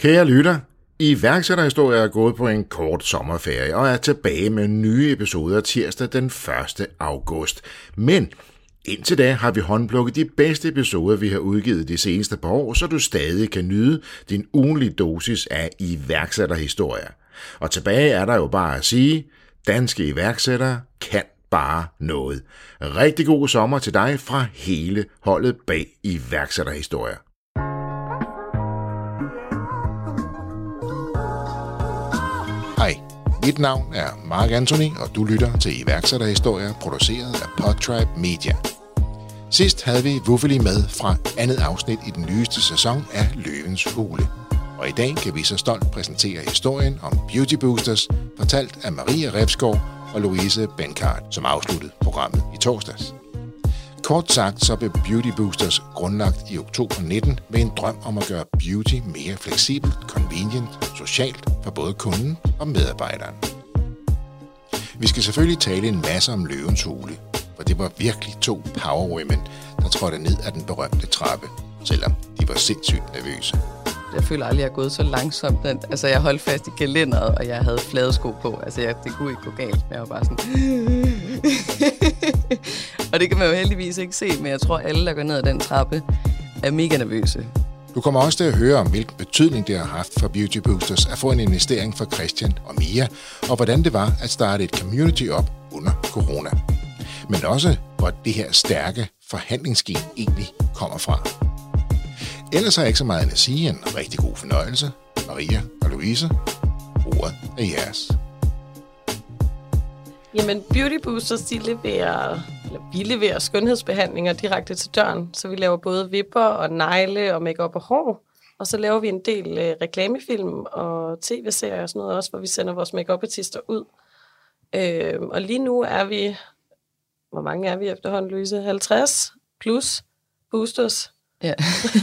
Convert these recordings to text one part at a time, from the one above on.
Kære lytter, iværksætterhistorie er gået på en kort sommerferie og er tilbage med nye episoder tirsdag den 1. august. Men indtil da har vi håndplukket de bedste episoder, vi har udgivet de seneste par år, så du stadig kan nyde din ugenlige dosis af iværksætterhistorie. Og tilbage er der jo bare at sige, danske iværksættere kan bare noget. Rigtig god sommer til dig fra hele holdet bag iværksætterhistorie. Hej, mit navn er Mark Anthony, og du lytter til iværksætterhistorier produceret af Podtribe Media. Sidst havde vi Wuffeli med fra andet afsnit i den nyeste sæson af Løvens Hule. Og i dag kan vi så stolt præsentere historien om Beauty Boosters, fortalt af Maria Refsgaard og Louise Benkart, som afsluttede programmet i torsdags. Kort sagt så blev Beauty Boosters grundlagt i oktober 19 med en drøm om at gøre beauty mere fleksibelt, convenient, socialt for både kunden og medarbejderen. Vi skal selvfølgelig tale en masse om Løvens Hule, for det var virkelig 2 power women, der trådte ned ad den berømte trappe, selvom de var sindssygt nervøse. Jeg føler aldrig, at jeg er gået så langsomt. Altså, jeg holdt fast i gelinderet, og jeg havde flade sko på. Altså, det kunne ikke gå galt, men jeg var bare sådan... Og det kan man jo heldigvis ikke se, men jeg tror, alle, der går ned ad den trappe, er mega nervøse. Du kommer også til at høre om, hvilken betydning det har haft for Beauty Boosters at få en investering fra Christian og Mia, og hvordan det var at starte et community op under corona. Men også, hvor det her stærke forhandlingsgen egentlig kommer fra. Ellers er ikke så meget end at sige en rigtig god fornøjelse. Maria og Louise, ordet er jeres. Jamen, Beauty Boosters, vi leverer skønhedsbehandlinger direkte til døren. Så vi laver både vipper og negle og makeup og hår. Og så laver vi en del reklamefilm og tv-serier og sådan noget også, hvor vi sender vores makeup-artister ud. Og lige nu er vi... Hvor mange er vi efterhånden, Louise? 50 plus boosters. Ja.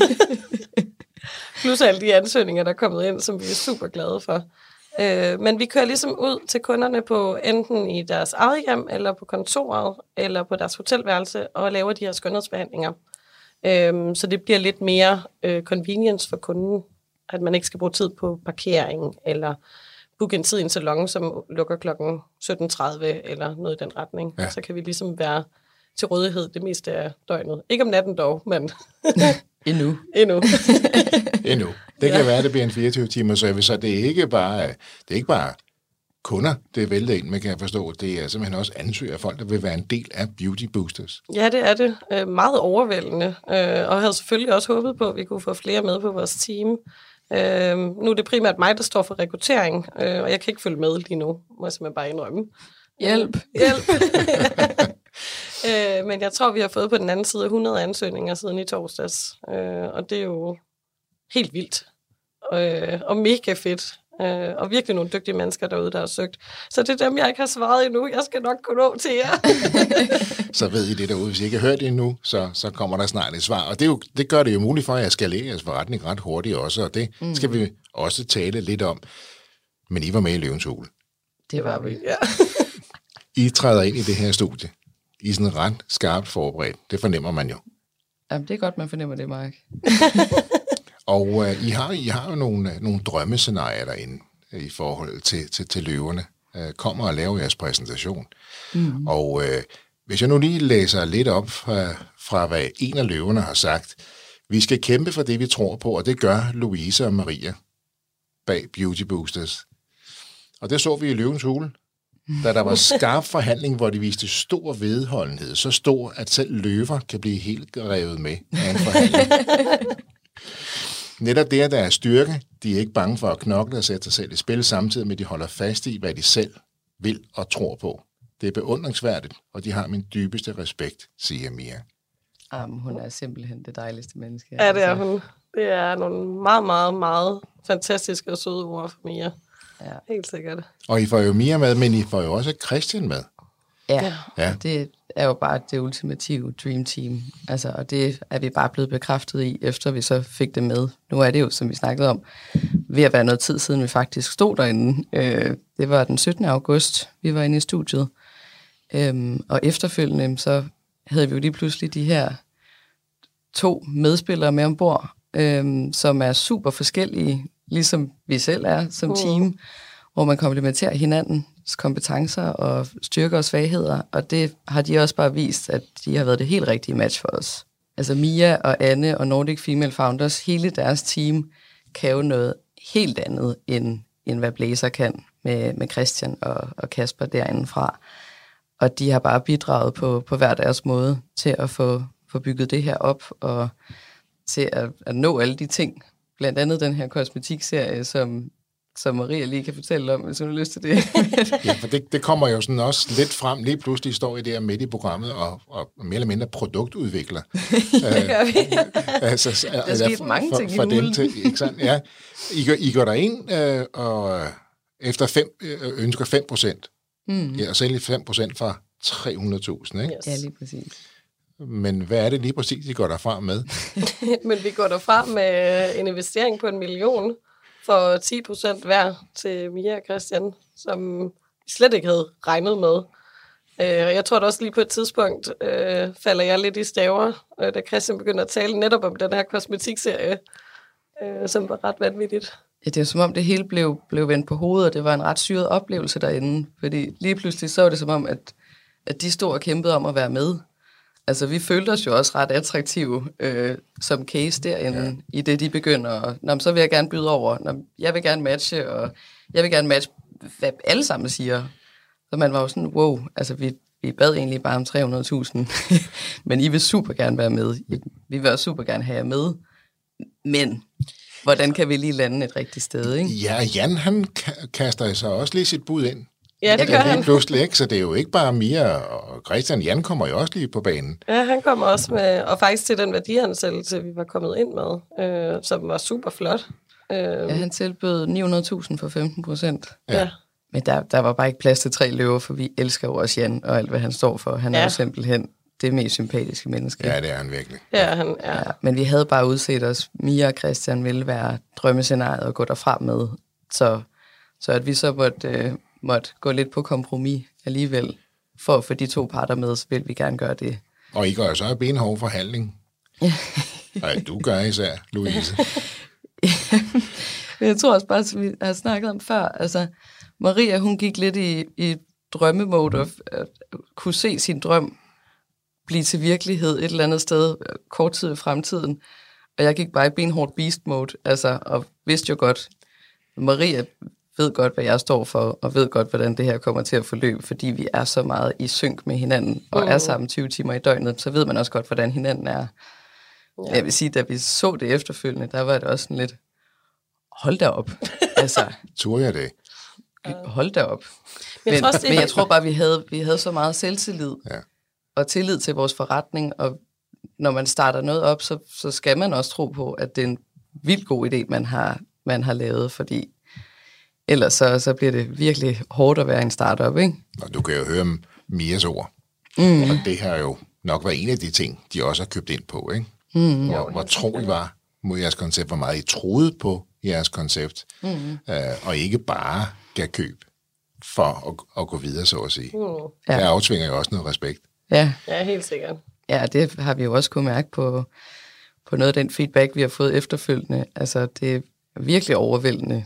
Plus alle de ansøgninger, der er kommet ind, som vi er super glade for. Men vi kører ligesom ud til kunderne på enten i deres eget hjem, eller på kontoret, eller på deres hotelværelse, og laver de her skønhedsbehandlinger. Så det bliver lidt mere convenience for kunden, at man ikke skal bruge tid på parkering, eller booke en tid i en salon, som lukker klokken 17.30, eller noget i den retning. Ja. Så kan vi ligesom være til rådighed det meste af døgnet. Ikke om natten dog, men... Endnu. Det kan være, det bliver en 24-timer service, så det er ikke bare kunder, det er væltet ind, man kan forstå. Det er simpelthen også ansøger folk, der vil være en del af Beauty Boosters. Ja, det er det. Meget overvældende. Og havde selvfølgelig også håbet på, at vi kunne få flere med på vores team. Nu er det primært mig, der står for rekruttering, og jeg kan ikke følge med lige nu, må jeg simpelthen bare indrømme. Hjælp! Men jeg tror, vi har fået på den anden side 100 ansøgninger siden i torsdags. Og det er jo helt vildt. Og mega fedt. Og virkelig nogle dygtige mennesker derude, der har søgt. Så det er dem, jeg ikke har svaret endnu. Jeg skal nok gå nå til jer. Så ved I det derude. Hvis I ikke har hørt det endnu, så kommer der snart et svar. Og det gør det jo muligt for, at jeg skal lægge jeres forretning ret hurtigt også. Og det skal vi også tale lidt om. Men I var med i Løvens Hule. Det var vi. Ja. I træder ind i det her studie. I er sådan ret skarpt forberedt. Det fornemmer man jo. Jamen, det er godt, man fornemmer det, Mark. Og I har jo nogle drømmescenarier derinde i forhold til løverne. Kommer og laver jeres præsentation. Mm. Og hvis jeg nu lige læser lidt op fra hvad en af løverne har sagt. Vi skal kæmpe for det, vi tror på, og det gør Louise og Maria bag Beauty Boosters. Og det så vi i Løvens Hule. Da der var skarp forhandling, hvor de viste stor vedholdenhed, så stor, at selv løver kan blive helt revet med af en forhandling. Netop det er deres styrke. De er ikke bange for at knokle og sætte sig selv i spil, samtidig med, at de holder fast i, hvad de selv vil og tror på. Det er beundringsværdigt, og de har min dybeste respekt, siger Mia. Hun er simpelthen det dejligste menneske. Ja, det er hun. Det er nogle meget, meget, meget fantastiske og søde ord for Mia. Ja. Helt sikkert. Og I får jo Mia med, men I får jo også Christian med. Ja. Det er jo bare det ultimative dream team. Altså, og det er vi bare blevet bekræftet i, efter vi så fik det med. Nu er det jo, som vi snakkede om, ved at være noget tid siden, vi faktisk stod derinde. Det var den 17. august, vi var inde i studiet. Og efterfølgende, så havde vi jo lige pludselig de her 2 medspillere med ombord, som er super forskellige, ligesom vi selv er som team, hvor man komplementerer hinandens kompetencer og styrker og svagheder, og det har de også bare vist, at de har været det helt rigtige match for os. Altså Mia og Anne og Nordic Female Founders, hele deres team, kan jo noget helt andet, end hvad Blæser kan med Christian og Kasper derindefra. Og de har bare bidraget på hver deres måde til at få bygget det her op, og til at nå alle de ting. Blandt andet den her kosmetikserie, som Maria lige kan fortælle om, hvis hun har lyst til det. Ja, for det kommer jo sådan også lidt frem. Lige pludselig står I der midt i programmet og mere eller mindre produktudvikler. Det gør vi. Der sker mange ting i julen. Ikke sandt? Ja. I går derind og efter ønsker 5%. Ja, og sælge 5% fra 300.000, ikke? Yes. Ja, lige præcis. Men hvad er det lige præcis, I går derfra med? Men vi går derfra med en investering på 1 million for 10% hver til Mia og Christian, som vi slet ikke havde regnet med. Jeg tror da også lige på et tidspunkt falder jeg lidt i staver, da Christian begynder at tale netop om den her kosmetikserie, som var ret vanvittigt. Ja, det er som om det hele blev vendt på hovedet, og det var en ret syret oplevelse derinde, fordi lige pludselig så var det som om, at de stod og kæmpede om at være med. Altså, vi følte os jo også ret attraktive som case derinde, i det de begynder. Så vil jeg gerne byde over. Jeg vil gerne matche, og jeg vil gerne matche, hvad alle sammen siger. Så man var jo sådan, wow, altså vi bad egentlig bare om 300.000, men I vil super gerne være med. Vi vil også super gerne have jer med. Men hvordan kan vi lige lande et rigtigt sted, ikke? Ja, Jan, han kaster sig også lige sit bud ind. Ja, det gør han. Pludselig ikke, så det er jo ikke bare Mia og Christian. Jan kommer jo også lige på banen. Ja, han kommer også med, og faktisk til den værdiansættelse, vi var kommet ind med, som var super flot. Ja, han tilbød 900.000 for 15%. Ja. Men der var bare ikke plads til 3 løver, for vi elsker jo også Jan og alt, hvad han står for. Han er jo simpelthen det mest sympatiske menneske. Ja, det er han virkelig. Ja, han er. Ja, men vi havde bare udset os. Mia og Christian ville være drømmescenariet og gå derfra med. Så at vi så måtte gå lidt på kompromis alligevel, for at få de 2 parter med, så vil vi gerne gøre det. Og I gør jo så benhård forhandling. Nej, du gør især, Louise. Men jeg tror også bare, som vi har snakket om før, altså Maria, hun gik lidt i drømmemode, og kunne se sin drøm blive til virkelighed et eller andet sted kort tid i fremtiden. Og jeg gik bare i benhårdt beast mode, altså, og vidste jo godt, Maria ved godt, hvad jeg står for, og ved godt, hvordan det her kommer til at forløbe, fordi vi er så meget i synk med hinanden, og er sammen 20 timer i døgnet, så ved man også godt, hvordan hinanden er. Ja. Jeg vil sige, da vi så det efterfølgende, der var det også sådan lidt, hold da op. Altså, turde jeg det? Hold da op. Men jeg tror bare, vi havde så meget selvtillid, og tillid til vores forretning, og når man starter noget op, så skal man også tro på, at det er en vildt god idé, man har lavet, fordi ellers så bliver det virkelig hårdt at være en startup, ikke? Og du kan jo høre Mias ord. Og det har jo nok været en af de ting, de også har købt ind på, ikke? Hvor tro I var mod jeres koncept, hvor meget I troede på jeres koncept, og ikke bare gav køb for at gå videre, så at sige. Der aftvinger jo også noget respekt. Ja, helt sikkert. Ja, det har vi jo også kunne mærke på noget af den feedback, vi har fået efterfølgende. Altså, det er virkelig overvældende.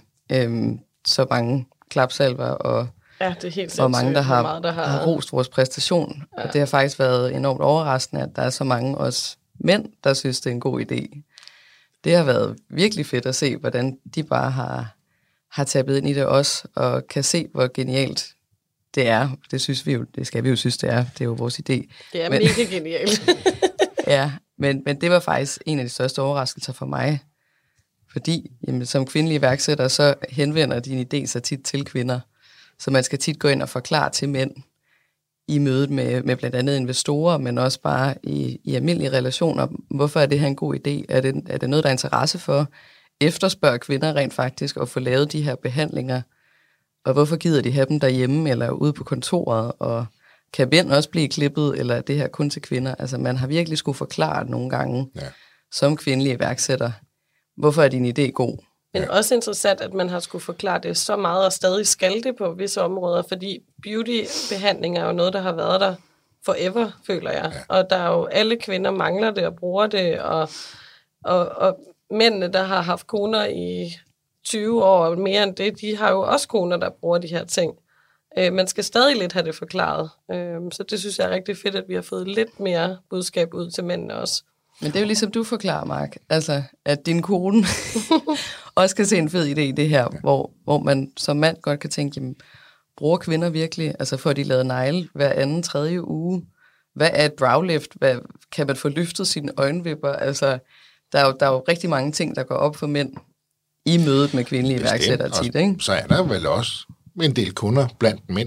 Så mange klapsalver og det er helt og mange, der har rost vores præstation. Ja. Og det har faktisk været enormt overraskende, at der er så mange også mænd, der synes, det er en god idé. Det har været virkelig fedt at se, hvordan de bare har tappet ind i det også, og kan se, hvor genialt det er. Det synes vi jo, det skal vi jo synes, det er. Det er jo vores idé. Det er mega genialt. Ja, men det var faktisk en af de største overraskelser for mig. Fordi som kvindelig iværksætter, så henvender din idé sig tit til kvinder. Så man skal tit gå ind og forklare til mænd i mødet med blandt andet investorer, men også bare i almindelige relationer. Hvorfor er det her en god idé? Er det noget, der er interesse for? Efterspørger kvinder rent faktisk at få lavet de her behandlinger? Og hvorfor gider de have dem derhjemme eller ude på kontoret? Og kan mænd også blive klippet, eller er det her kun til kvinder? Altså man har virkelig skulle forklare nogle gange som kvindelig iværksætter, hvorfor er din idé god? Men også interessant, at man har skulle forklare det så meget, og stadig skal det på visse områder, fordi beautybehandling er jo noget, der har været der forever, føler jeg. Ja. Og der er jo alle kvinder mangler det og bruger det, og mændene, der har haft koner 20 år og mere end det, de har jo også koner, der bruger de her ting. Man skal stadig lidt have det forklaret. Så det synes jeg er rigtig fedt, at vi har fået lidt mere budskab ud til mændene også. Men det er jo ligesom du forklarer, Mark, altså at din kone også kan se en fed idé i det her, hvor man som mand godt kan tænke, jamen, bruger kvinder virkelig, altså får de lavet negle hver anden, tredje uge? Hvad er et browlift? Kan man få løftet sine øjenvipper? Altså, der er jo rigtig mange ting, der går op for mænd i mødet med kvindelige iværksættere tit, ikke? Så er der vel også en del kunder blandt mænd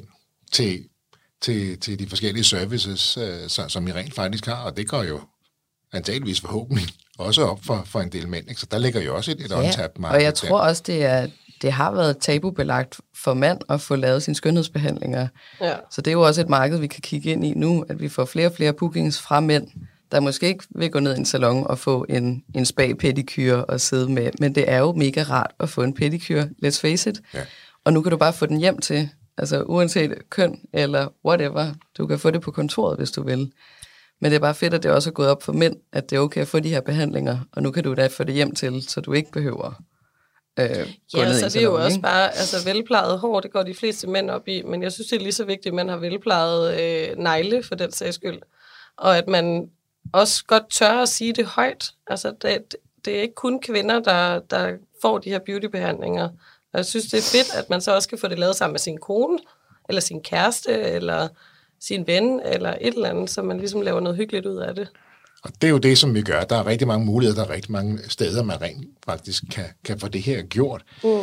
til de forskellige services, som I rent faktisk har, og det går jo antageligvis forhåbentlig også op for en del mænd, ikke? Så der ligger jo også et untapped marked. Og jeg tror også, det har været tabubelagt for mand at få lavet sine skønhedsbehandlinger. Ja. Så det er jo også et marked, vi kan kigge ind i nu, at vi får flere og flere bookings fra mænd, der måske ikke vil gå ned i en salon og få en spa-pedikyre og sidde med. Men det er jo mega rart at få en pedikyre, let's face it. Ja. Og nu kan du bare få den hjem til, altså uanset køn eller whatever. Du kan få det på kontoret, hvis du vil. Men det er bare fedt, at det også er gået op for mænd, at det er okay at få de her behandlinger, og nu kan du da få det hjem til, så du ikke behøver gå ned i en det er jo også bare, altså velplejet hår, det går de fleste mænd op i, men jeg synes, det er lige så vigtigt, at man har velplejet negle for den sags skyld, og at man også godt tør at sige det højt. Altså, det er ikke kun kvinder, der får de her beautybehandlinger, og jeg synes, det er fedt, at man så også kan få det lavet sammen med sin kone, eller sin kæreste, eller sin ven, eller et eller andet, så man ligesom laver noget hyggeligt ud af det. Og det er jo det, som vi gør. Der er rigtig mange muligheder, der er rigtig mange steder, man rent faktisk kan få det her gjort.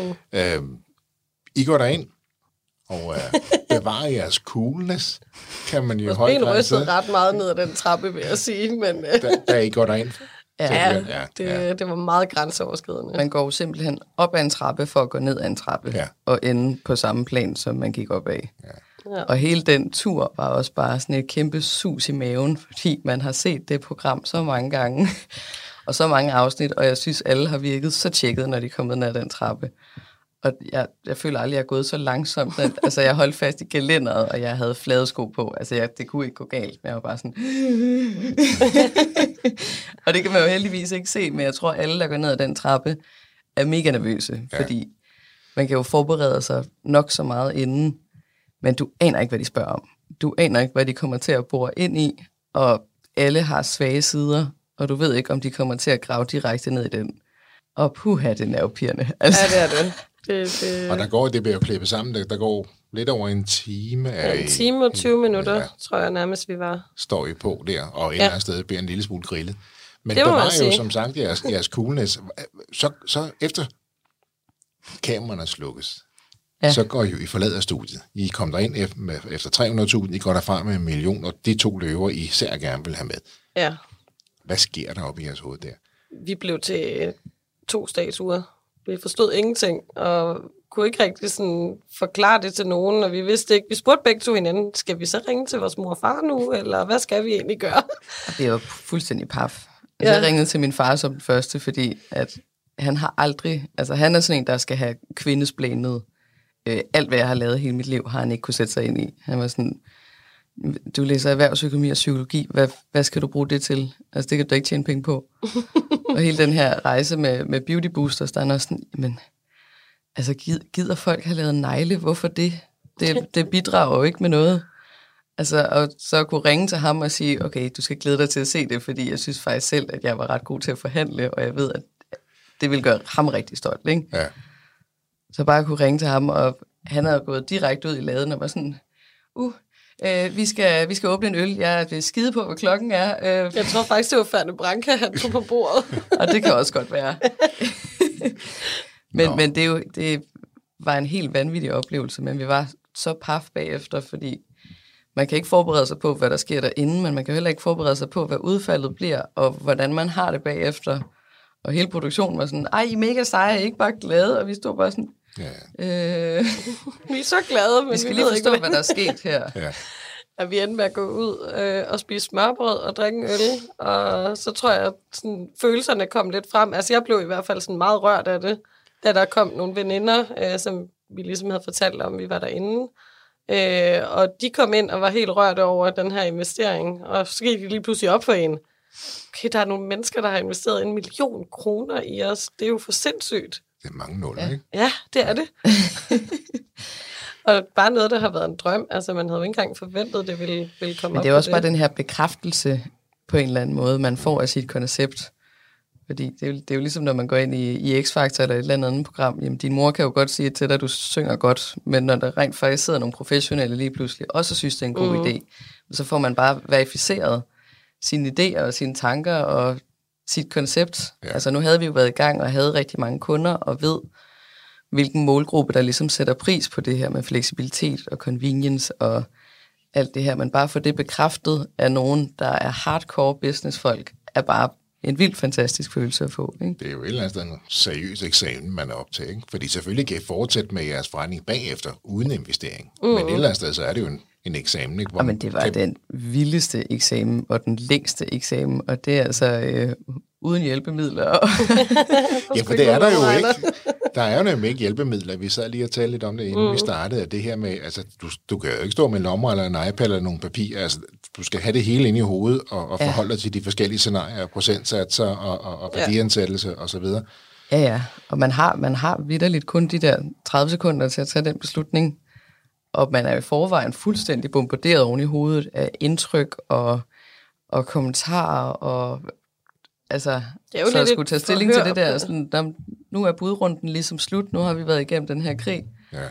I går derind og bevarer jeres coolness, kan man jo i høj grad rystede ret meget ned ad den trappe, vil jeg sige. Men, da I går derind? Det var meget grænseoverskridende. Man går jo simpelthen op ad en trappe for at gå ned ad en trappe, og ende på samme plan, som man gik op af. Ja. Ja. Og hele den tur var også bare sådan et kæmpe sus i maven, fordi man har set det program så mange gange, og så mange afsnit, og jeg synes, alle har virket så tjekket, når de er kommet ned ad den trappe. Og jeg føler aldrig, at jeg er gået så langsomt. Altså, jeg holdt fast i gelænderet, og jeg havde flade sko på. Altså, det kunne ikke gå galt, men jeg var bare sådan... Og det kan man jo heldigvis ikke se, men jeg tror, alle, der går ned ad den trappe, er mega nervøse, fordi man kan jo forberede sig nok så meget inden, men du aner ikke, hvad de spørger om. Du aner ikke, hvad de kommer til at bore ind i, og alle har svage sider, og du ved ikke, om de kommer til at grave direkte ned i den. Og puha, det er nervepirrende. Altså. Ja, det er det. Og det bliver jo klippet sammen, der går lidt over en time. En time og 20 minutter, tror jeg nærmest, vi var. Står I på der, og et eller andet sted bliver en lille smule grillet. Men det var jo som sagt jeres coolness. Så efter kameraerne slukkes, så går I forlader studiet. I kom derind efter 300.000, I går derfra med 1 million, og de 2 løver, I især gerne vil have med. Ja. Hvad sker der oppe i jeres hoved der? Vi blev til 2 statuer. Vi forstod ingenting, og kunne ikke rigtig sådan forklare det til nogen, og vi vidste ikke. Vi spurgte begge to hinanden, skal vi så ringe til vores mor og far nu, eller hvad skal vi egentlig gøre? Og det var fuldstændig paf. Jeg ringede til min far som den første, fordi at han har aldrig, altså han er sådan en, der skal have kvindesblænet. Alt, hvad jeg har lavet hele mit liv, har han ikke kunne sætte sig ind i. Han var sådan, du læser erhvervsøkonomi og psykologi, hvad skal du bruge det til? Altså, det kan du ikke tjene penge på. Og hele den her rejse med beauty boosters, der er også sådan, men altså, gider folk have lavet negle? Hvorfor det? Det bidrager jo ikke med noget. Altså, og så kunne ringe til ham og sige, okay, du skal glæde dig til at se det, fordi jeg synes faktisk selv, at jeg var ret god til at forhandle, og jeg ved, at det ville gøre ham rigtig stolt, ikke? Ja. Så bare kunne ringe til ham, og han havde gået direkte ud i laden og var sådan, vi skal åbne en øl. Jeg er skide på, hvad klokken er. Jeg tror faktisk, det var Ferne Branca, han tog på bordet. Og det kan også godt være. men det var en helt vanvittig oplevelse, men vi var så paf bagefter, fordi man kan ikke forberede sig på, hvad der sker derinde, men man kan heller ikke forberede sig på, hvad udfaldet bliver, og hvordan man har det bagefter. Og hele produktionen var sådan, I er mega seje, ikke bare glade, og vi stod bare sådan, vi er så glade, men vi skal lige forstå, hvad der er sket her. At vi endte med at gå ud og spise smørbrød og drikke en øl, og så tror jeg, at sådan, følelserne kom lidt frem. Altså jeg blev i hvert fald sådan meget rørt af det, da der kom nogle veninder, som vi ligesom havde fortalt om, vi var derinde. Og de kom ind og var helt rørt over den her investering, og så gik de lige pludselig op for en. Okay, der er nogle mennesker, der har investeret 1 million kroner i os. Det er jo for sindssygt. Det er mange nuller, ikke? Ja, det er det. Og bare noget, der har været en drøm. Altså, man havde jo ikke engang forventet, det ville komme op. Men det er også bare den her bekræftelse på en eller anden måde, man får af sit koncept. Fordi det er jo ligesom, når man går ind i X-Factor eller et eller andet program. Jamen, din mor kan jo godt sige til dig, at du synger godt, men når der rent faktisk sidder nogle professionelle lige pludselig, også synes, det er en god idé, så får man bare verificeret sine idéer og sine tanker og sit koncept. Ja. Altså, nu havde vi jo været i gang og havde rigtig mange kunder og ved, hvilken målgruppe, der ligesom sætter pris på det her med fleksibilitet og convenience og alt det her. Men bare få det bekræftet af nogen, der er hardcore businessfolk, er bare en vildt fantastisk følelse at få. Ikke? Det er jo et eller andet sted en seriøs eksamen, man er op til. Ikke? Fordi selvfølgelig kan I fortsætte med jeres forretning bagefter, uden investering. Men et eller andet sted, så er det jo en eksamen. Ikke? Men det var den vildeste eksamen, og den længste eksamen, og det er altså uden hjælpemidler. Ja, for det er der jo ikke. Der er jo nemlig ikke hjælpemidler. Vi sad lige og talte lidt om det, inden vi startede, at det her med, altså, du kan jo ikke stå med en lommer eller en iPad eller nogle papir. Altså, du skal have det hele inde i hovedet og forholde dig til de forskellige scenarier, procentsatser og værdiansættelse og så videre. Ja, og man har vitterligt kun de der 30 sekunder til at tage den beslutning, og man er i forvejen fuldstændig bombarderet oven i hovedet af indtryk og kommentarer og altså, så jeg skulle tage stilling til det der, sådan, nu er budrunden ligesom slut, nu har vi været igennem den her krig. Ja.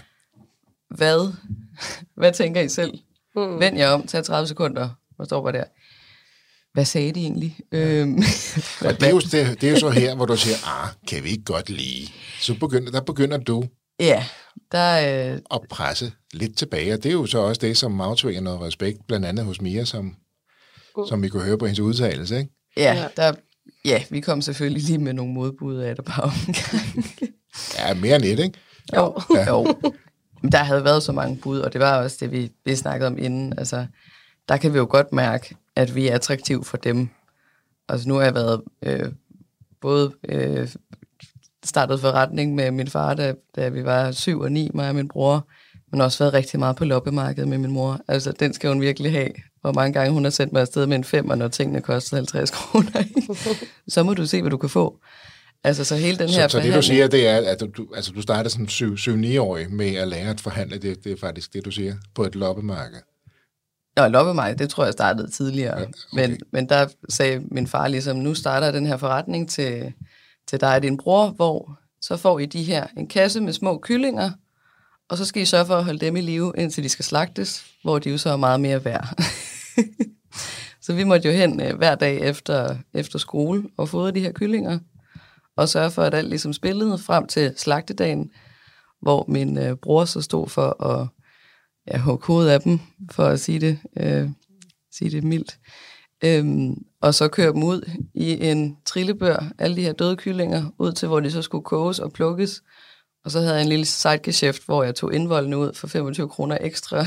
Hvad tænker I selv? Vend jer om, tag 30 sekunder, og står bare der. Hvad sagde de egentlig? Og det er jo så her, hvor du siger, kan vi ikke godt lide? Så begynder du at presse lidt tilbage, og det er jo så også det, som aftvinger noget respekt, blandt andet hos Mia, som vi kunne høre på hendes udtalelse, ikke? Ja, vi kom selvfølgelig lige med nogle modbud af det bare omgang. Ja, mere end et, ikke? Jo. Der havde været så mange bud, og det var også det, vi snakkede om inden. Altså, der kan vi jo godt mærke, at vi er attraktive for dem. Altså, nu har jeg været både startet forretning med min far, da vi var 7 og 9, mig og min bror, men også været rigtig meget på loppemarkedet med min mor. Altså, den skal hun virkelig have. Hvor mange gange hun har sendt mig afsted med en 5'er, når tingene kostede 50 kroner. Så må du se, hvad du kan få. Altså, så hele den her så det, du siger, det er, at du starter som 7-9-årig med at lære at forhandle. Det er faktisk det, du siger, på et loppemarked. Ja, loppemarked, det tror jeg startede tidligere. Ja, okay. Men der sagde min far ligesom, nu starter den her forretning til dig og din bror, hvor så får I de her, en kasse med små kyllinger, og så skal I sørge for at holde dem i live, indtil de skal slagtes, hvor de jo så er meget mere værd. Så vi måtte jo hen hver dag efter skole og fodre de her kyllinger, og sørge for, at alt ligesom spillede frem til slagtedagen, hvor min bror så stod for at hugge hovedet af dem, for at sige det mildt. Og så køre dem ud i en trillebør, alle de her døde kyllinger, ud til, hvor de så skulle koges og plukkes. Og så havde jeg en lille sidegeschæft, hvor jeg tog indvoldene ud for 25 kroner ekstra.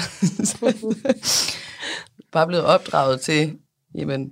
Bare blevet opdraget til, jamen,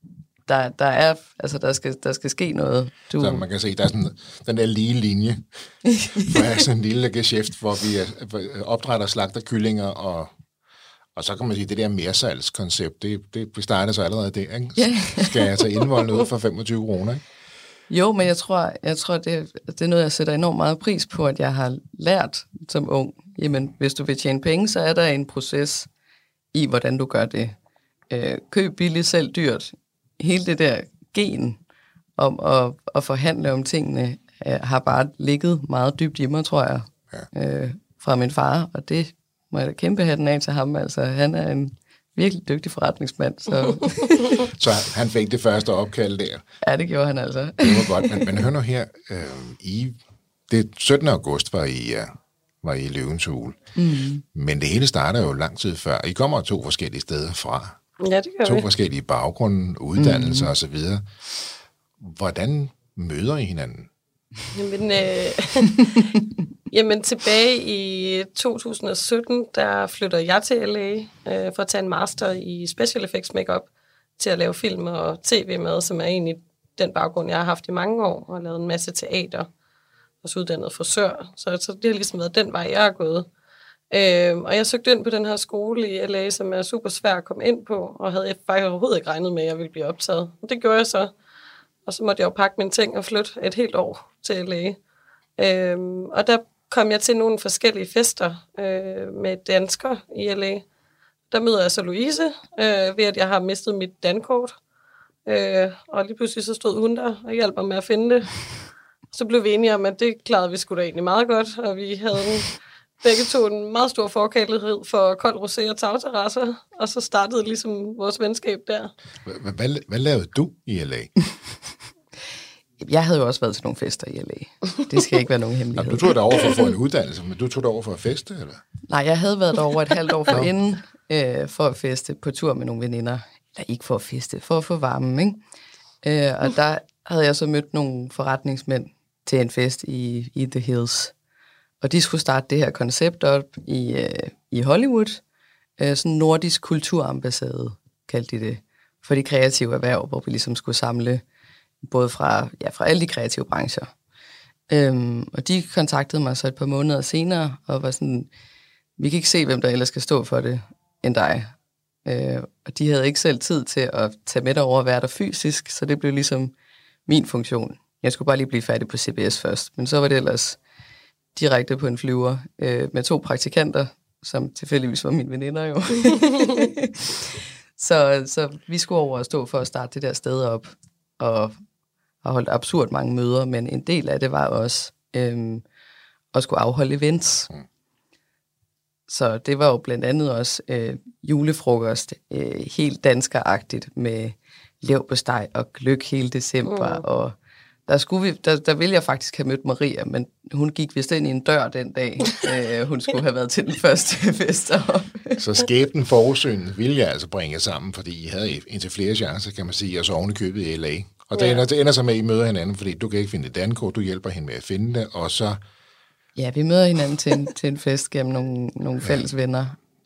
der skal ske noget. Så man kan se, der er sådan den der lige linje, hvor jeg er sådan en lille geschæft, hvor vi opdrætter slagter kyllinger, og så kan man sige, det der mersalgskoncept, det starter så allerede der, ikke? Yeah. Skal jeg tage indvoldene ud for 25 kroner, ikke? Jo, men jeg tror det er noget, jeg sætter enormt meget pris på, at jeg har lært som ung. Jamen, hvis du vil tjene penge, så er der en proces i, hvordan du gør det. Køb billigt, selv dyrt. Hele det der gen om at forhandle om tingene, har bare ligget meget dybt i mig, tror jeg, fra min far. Og det må jeg da kæmpe hatten af til ham. Altså, han er en virkelig dygtig forretningsmand. Så han fik det første opkald der? Ja, det gjorde han altså. Det var godt, men hør nu her. Det 17. august var I Løvens Hule. Men det hele starter jo lang tid før. I kommer 2 forskellige steder fra. Ja, det gør 2 forskellige baggrunde, uddannelser og så videre. Hvordan møder I hinanden? Jamen tilbage i 2017, der flytter jeg til LA for at tage en master i Special Effects Makeup til at lave film og tv med, som er egentlig den baggrund, jeg har haft i mange år, og lavet en masse teater, også uddannet frisør. Så det har ligesom været den vej, jeg er gået. Og jeg søgte ind på den her skole i LA, som er super svær at komme ind på, og havde faktisk overhovedet ikke regnet med, at jeg ville blive optaget. Og det gjorde jeg så. Og så måtte jeg jo pakke mine ting og flytte et helt år til LA. Og der kom jeg til nogle forskellige fester med danskere i LA. Der møder jeg så Louise, ved at jeg har mistet mit dankort. Og lige pludselig så stod hun der og hjalp mig med at finde det. Så blev vi enige om, at det klarede vi sgu da egentlig meget godt, og vi havde begge to en meget stor forkærlighed for kold rosé og tagterrasser, og så startede ligesom vores venskab der. Hvad lavede du i LA? Jeg havde jo også været til nogle fester i LA. Det skal ikke være nogen hemmelighed. Du tog derover for at få en uddannelse, men du tog derover for at feste, eller? Nej, jeg havde været derover et halvt år forinden for at feste på tur med nogle veninder. Eller ikke for at feste, for at få varmen, ikke? Og der havde jeg så mødt nogle forretningsmænd til en fest i The Hills. Og de skulle starte det her koncept op i Hollywood. Sådan en nordisk kulturambassade, kaldte de det, for de kreative erhverv, hvor vi ligesom skulle samle både fra alle de kreative brancher. Og de kontaktede mig så et par måneder senere, og var sådan, vi kan ikke se, hvem der ellers skal stå for det, end dig. Og de havde ikke selv tid til at tage med derover og være der fysisk, så det blev ligesom min funktion. Jeg skulle bare lige blive færdig på CBS først, men så var det ellers direkte på en flyver med 2 praktikanter, som tilfældigvis var mine veninder jo. så vi skulle over og stå for at starte det der sted op, og har holdt absurd mange møder, men en del af det var også at skulle afholde events. Så det var jo blandt andet også julefrokost, helt danskeragtigt med leverpostej og gløgg hele december, og der ville jeg faktisk have mødt Maria, men hun gik vist ind i en dør den dag. Hun skulle have været til den første fest deroppe. Så skæbnen forudsyn ville jeg altså bringe sammen, fordi I havde indtil flere chancer, kan man sige, og så oven i købet i LA. Og det ender så med, at I møder hinanden, fordi du kan ikke finde et dankort, du hjælper hende med at finde det, og så... Ja, vi møder hinanden til en fest gennem nogle fælles venner,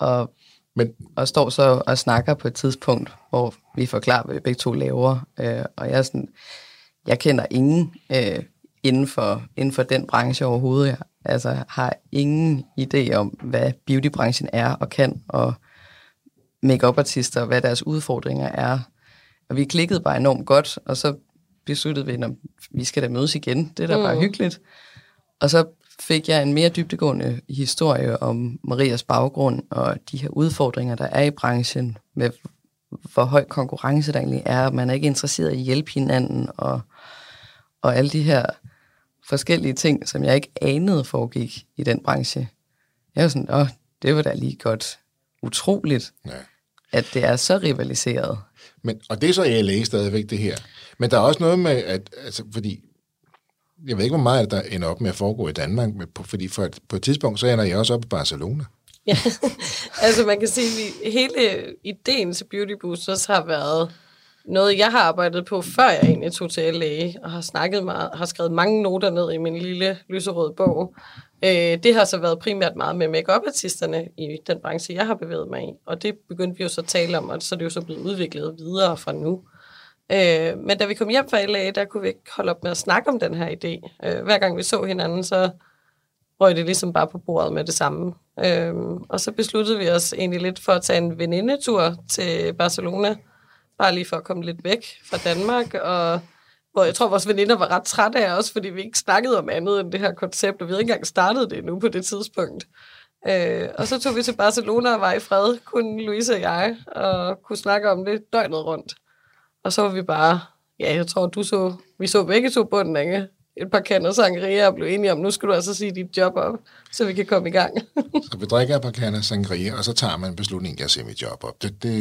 og står så og snakker på et tidspunkt, hvor vi forklarer, hvad vi begge to laver. Og jeg er sådan... Jeg kender ingen inden for den branche overhovedet. Jeg har ingen idé om, hvad beautybranchen er og kan, og make-up-artister, hvad deres udfordringer er. Og vi klikkede bare enormt godt, og så besluttede vi, at vi skal da mødes igen. Det er da bare hyggeligt. Og så fik jeg en mere dybdegående historie om Marias baggrund og de her udfordringer, der er i branchen, med hvor høj konkurrence der egentlig er. Man er ikke interesseret i at hjælpe hinanden, og alle de her forskellige ting, som jeg ikke anede foregik i den branche. Jeg var sådan, det var da lige godt utroligt, at det er så rivaliseret. Og det er så i LA stadigvæk det her. Men der er også noget med, at fordi jeg ved ikke, hvor meget der ender op med at foregå i Danmark, fordi på et tidspunkt, så ender jeg også op i Barcelona. Ja, altså man kan sige, at hele ideen til Beauty Boosters har været noget, jeg har arbejdet på, før jeg egentlig tog til LA, og har skrevet mange noter ned i min lille lyserøde bog. Det har så været primært meget med make-up-artisterne i den branche, jeg har bevæget mig i, og det begyndte vi jo så at tale om, og så er det jo så blevet udviklet videre fra nu. Men da vi kom hjem fra LA, der kunne vi ikke holde op med at snakke om den her idé. Hver gang vi så hinanden, så røg det ligesom bare på bordet med det samme. Og så besluttede vi os egentlig lidt for at tage en venindetur til Barcelona, bare lige for at komme lidt væk fra Danmark, og hvor jeg tror, vores veninder var ret trætte af os, fordi vi ikke snakkede om andet end det her koncept, og vi havde ikke engang startet det endnu på det tidspunkt. Og så tog vi til Barcelona og var i fred, kun Louise og jeg, og kunne snakke om det døgnet rundt. Og så var vi bare, jeg tror, vi så begge to bunden af et par kander sangria og blev enige om, nu skal du altså sige dit job op, så vi kan komme i gang. Så vi drikker et par kander sangria, og så tager man en beslutning, jeg ser mit job op.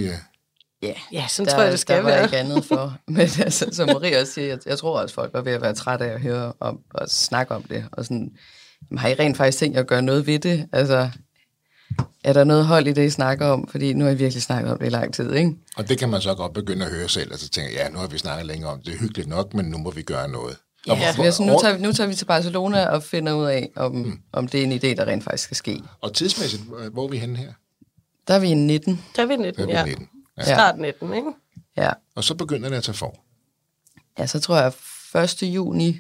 Ja, sådan tror jeg, det skal være. Der var ikke andet for. Men altså, som Maria også siger, jeg tror også, folk var ved at være trætte af at høre om og snakke om det. Og sådan, har I rent faktisk tænkt at gøre noget ved det? Altså, er der noget hold i det, I snakker om? Fordi nu har I virkelig snakket om det i lang tid, ikke? Og det kan man så godt begynde at høre selv. Altså tænker nu har vi snakket længere om det. Det er hyggeligt nok, men nu må vi gøre noget. Nu tager vi til Barcelona og finder ud af, om det er en idé, der rent faktisk skal ske. Og tidsmæssigt, hvor er vi henne her? Der er vi i 19. Der er vi 19, ja. Start 19, ikke? Ja. Og så begynder det at tage form. Ja, så tror jeg 1. juni,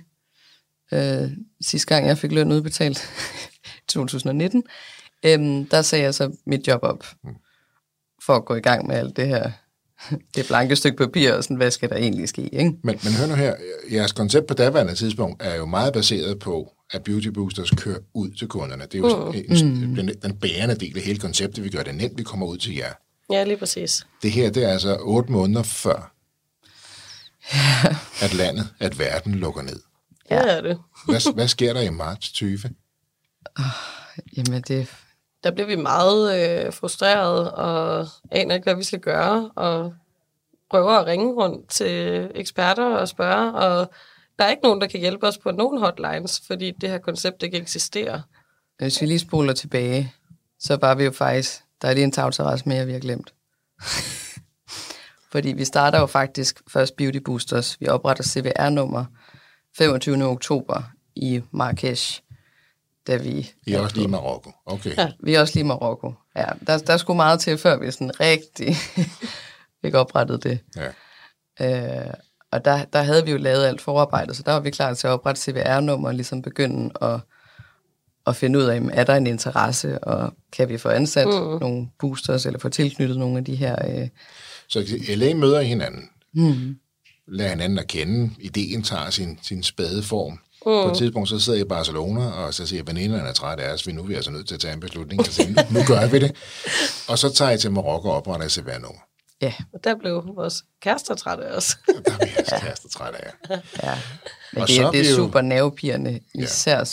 sidste gang jeg fik løn udbetalt, 2019, der sagde jeg så mit job op, for at gå i gang med alt det her det blanke stykke papir, og sådan, hvad skal der egentlig ske, ikke? Men hør nu her, jeres koncept på daværende tidspunkt er jo meget baseret på, at Beauty Boosters kører ud til kunderne. Det er jo den bærende del af hele konceptet, vi gør det nemt, vi kommer ud til jer. Ja, lige præcis. Det her, det er altså 8 måneder før, at verden lukker ned. Ja, det er det. Hvad sker der i marts 20? Jamen, Der bliver vi meget frustreret og aner ikke, hvad vi skal gøre, og prøver at ringe rundt til eksperter og spørge, og der er ikke nogen, der kan hjælpe os på nogen hotlines, fordi det her koncept ikke eksisterer. Hvis vi lige spoler tilbage, så var vi jo faktisk, der er lige en tavterrasse mere, vi har glemt. Fordi vi starter jo faktisk først Beauty Boosters. Vi opretter CVR-nummer 25. oktober i Marrakesh. Da vi I er også lige i Marokko. Okay. Ja, vi er også lige i Marokko. Ja, der skulle meget til, før vi sådan rigtig fik oprettet det. Ja. Og der havde vi jo lavet alt forarbejdet, så der var vi klar til at oprette CVR-nummer og ligesom begynde at finde ud af, er der en interesse, og kan vi få ansat nogle boosters, eller få tilknyttet nogle af de her... Så LA møder hinanden. Lader hinanden at kende. Ideen tager sin spæde form. På et tidspunkt, så sidder jeg i Barcelona, og så siger veninderne er træt af os, nu er vi altså nødt til at tage en beslutning. Så siger, nu gør vi det. Og så tager jeg til Marokko og opretter CVR-nummer. Ja. Og der blev vores kærester trætte af os. Der er vi altså kærester træt af jer. Ja. Men og det er jo super nervepirrende, især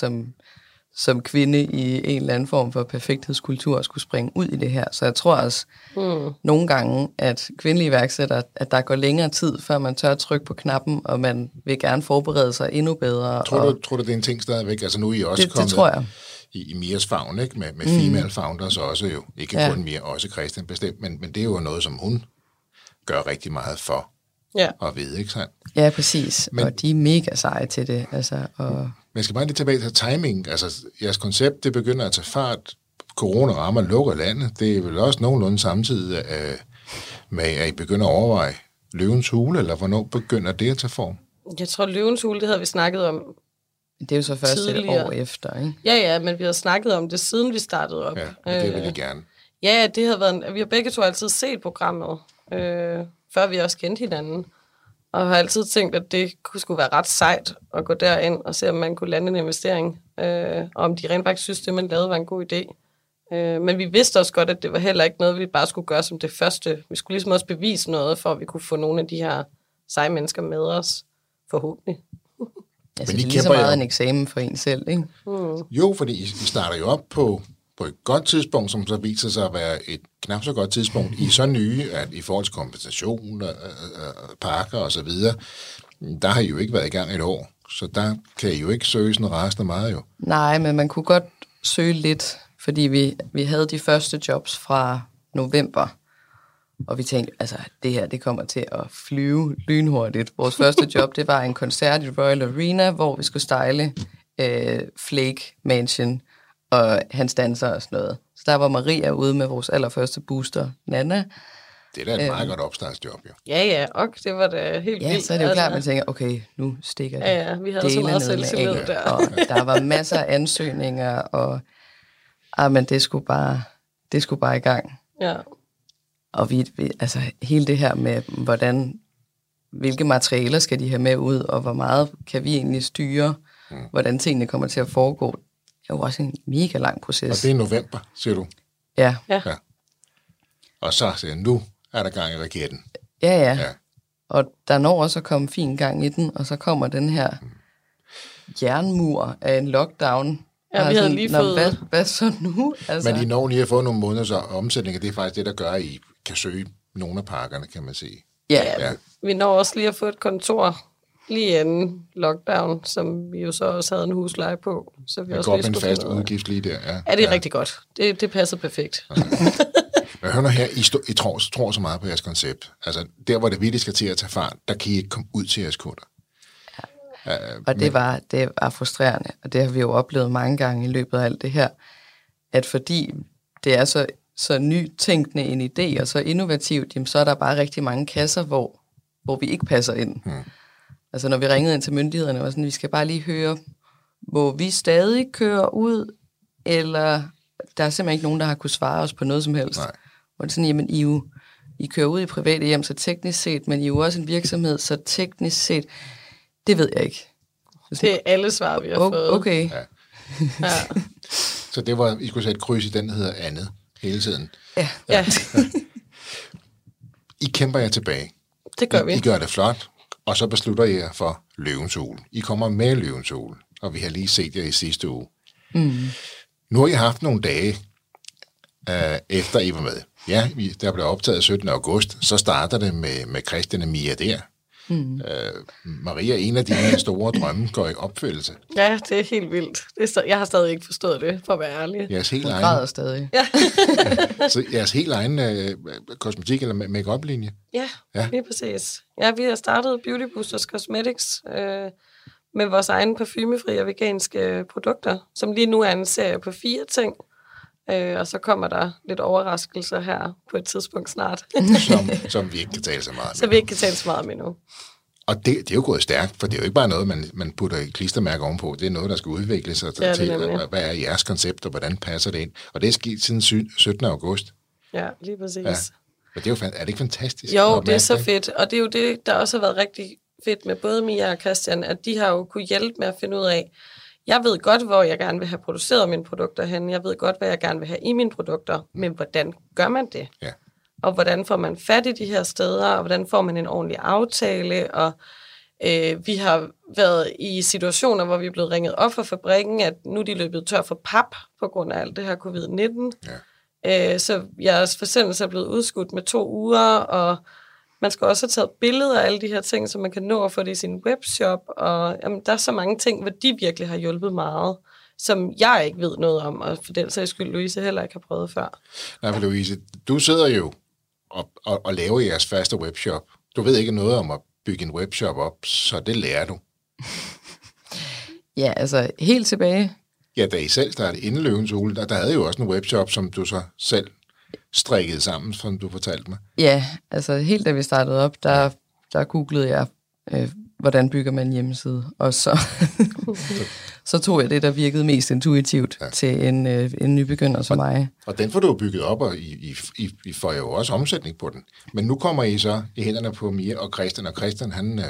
som kvinde i en eller anden form for perfekthedskultur, at skulle springe ud i det her. Så jeg tror også nogle gange, at kvindelige iværksættere, at der går længere tid, før man tør at trykke på knappen, og man vil gerne forberede sig endnu bedre. Tror du, det er en ting stadigvæk? Altså nu er I også kommet... Det tror jeg. I Mias favn, ikke? Med female founders også jo. Ikke kun Mia, også Christian bestemt, men det er jo noget, som hun gør rigtig meget for at vide, ikke sandt? Ja, præcis. Men, og de er mega seje til det. Altså, og... Men jeg skal bare lige tilbage til timing. Altså, jeres koncept, det begynder at tage fart. Corona rammer lukker landet. Det er vel også nogenlunde samtidig med, at I begynder at overveje Løvens Hule, eller hvornår begynder det at tage form? Jeg tror, Løvens Hule, det havde vi snakket om. Det er jo så først tidligere. Et år efter, ikke? Ja, men vi har snakket om det, siden vi startede op. Ja, det vil jeg gerne. Ja, det havde været... Vi har begge to altid set programmet, før vi også kendte hinanden. Og har altid tænkt, at det skulle være ret sejt at gå derind og se, om man kunne lande en investering. Og om de rent faktisk synes, det man lavede var en god idé. Men vi vidste også godt, at det var heller ikke noget, vi bare skulle gøre som det første. Vi skulle ligesom også bevise noget, for at vi kunne få nogle af de her seje mennesker med os, forhåbentlig. Altså, det er lige så meget en eksamen for en selv, ikke? Jo, fordi I starter jo op på et godt tidspunkt, som så viser sig at være et knap så godt tidspunkt. I er så nye, at i forhold til kompensation, pakker og så videre, der har I jo ikke været i gang et år. Så der kan I jo ikke søge sådan resten meget jo. Nej, men man kunne godt søge lidt, fordi vi havde de første jobs fra november, og vi tænkte, altså det her, det kommer til at flyve lynhurtigt. Vores første job, det var en koncert i Royal Arena, hvor vi skulle style Flake Mansion og hans danser og sådan noget. Så der var Maria ude med vores allerførste booster, Nana. Det er da et meget godt opstartsjob, jo. Ja, og det var da helt vildt. Ja, så er det jo klart, at man tænker, okay, nu stikker det. Ja, vi havde så meget selvtillid der. Og der var masser af ansøgninger, og men det skulle bare i gang. Ja. Og vi altså hele det her med, hvilke materialer skal de have med ud, og hvor meget kan vi egentlig styre, hvordan tingene kommer til at foregå. Det er jo også en mega lang proces. Og det er november, siger du? Ja. Og så siger nu er der gang i raketten. Ja. Og der når også at komme fin gang i den, og så kommer den her jernmur af en lockdown. Ja, vi havde lige fået... Hvad så nu? Altså... Men I når lige at få nogle måneders omsætning, og det er faktisk det, der gør, at I kan søge nogle af pakkerne, kan man sige. Ja. Vi når også lige at få et kontor lige inden lockdown, som vi jo så også havde en husleje på. Så vi også går en fast udgift lige der. Ja, det er rigtig godt. Det passer perfekt. Okay. Men hør nu her, I tror så meget på jeres koncept. Altså, der hvor det virkelig skal til at tage fart, der kan I ikke komme ud til jeres kunder. Og det var frustrerende, og det har vi jo oplevet mange gange i løbet af alt det her, at fordi det er så nytænkende en idé, og så innovativt, jamen, så er der bare rigtig mange kasser, hvor vi ikke passer ind. Altså når vi ringede ind til myndighederne, var sådan, vi skal bare lige høre, hvor vi stadig kører ud, eller der er simpelthen ikke nogen, der har kunnet svare os på noget som helst. Nej. Hvor det sådan, jamen I I kører ud i private hjem, så teknisk set, men I er jo også en virksomhed, så teknisk set, det ved jeg ikke. Det er alle svar, vi har fået. Okay. Ja. Så det var, I skulle sætte kryds i den, der hedder andet hele tiden. Ja. I kæmper jer tilbage. Det gør vi. I gør det flot, og så beslutter I jer for Løvens Hule. I kommer med Løvens Hule, og vi har lige set jer i sidste uge. Nu har I haft nogle dage, efter I var med. Ja, der blev optaget 17. august, så starter det med Christian og Mia der. Maria, en af dine store drømme går i opfyldelse. Ja, det er helt vildt. Jeg har stadig ikke forstået det, for at være ærlig. Jeres helt Hun græder stadig. Ja. Så jeres helt egen kosmetik- eller make-up-linje? Ja, lige præcis. Ja, vi har startet Beauty Boosters Cosmetics med vores egne parfumefri og veganske produkter, som lige nu er en serie på 4 ting. Og så kommer der lidt overraskelser her på et tidspunkt snart. som vi ikke kan tale så meget om. Så vi ikke kan tale så meget om endnu. Og det er jo gået stærkt, for det er jo ikke bare noget, man putter et klistermærke ovenpå. Det er noget, der skal udvikle sig til, hvad er jeres koncept, og hvordan passer det ind. Og det er sket siden 17. august. Ja, lige præcis. Ja. Og det er det ikke fantastisk? Jo, det er så fedt. Og det er jo det, der også har været rigtig fedt med både Mia og Christian, at de har jo kunne hjælpe med at finde ud af, jeg ved godt, hvor jeg gerne vil have produceret mine produkter hen. Jeg ved godt, hvad jeg gerne vil have i mine produkter. Men hvordan gør man det? Ja. Og hvordan får man fat i de her steder? Og hvordan får man en ordentlig aftale? Og vi har været i situationer, hvor vi er blevet ringet op fra fabrikken, at nu er de løbet tør for pap på grund af alt det her covid-19. Ja. Så jeres forsendelse er blevet udskudt med 2 uger, og man skal også have taget billeder af alle de her ting, så man kan nå at få det i sin webshop. Og jamen, der er så mange ting, hvor de virkelig har hjulpet meget, som jeg ikke ved noget om, og for den sags skyld Louise heller ikke har prøvet før. Nej, for Louise, du sidder jo og laver jeres faste webshop. Du ved ikke noget om at bygge en webshop op, så det lærer du. Ja, altså helt tilbage. Ja, da I selv startede inden Løvens Hule, der havde jo også en webshop, som du så selv strikkede sammen, som du fortalte mig. Ja, altså helt da vi startede op, der googlede jeg, hvordan bygger man en hjemmeside, og så tog jeg det, der virkede mest intuitivt til en nybegynder som mig. Og den får du bygget op, og I får jo også omsætning på den. Men nu kommer I så i hænderne på Mia og Christian, han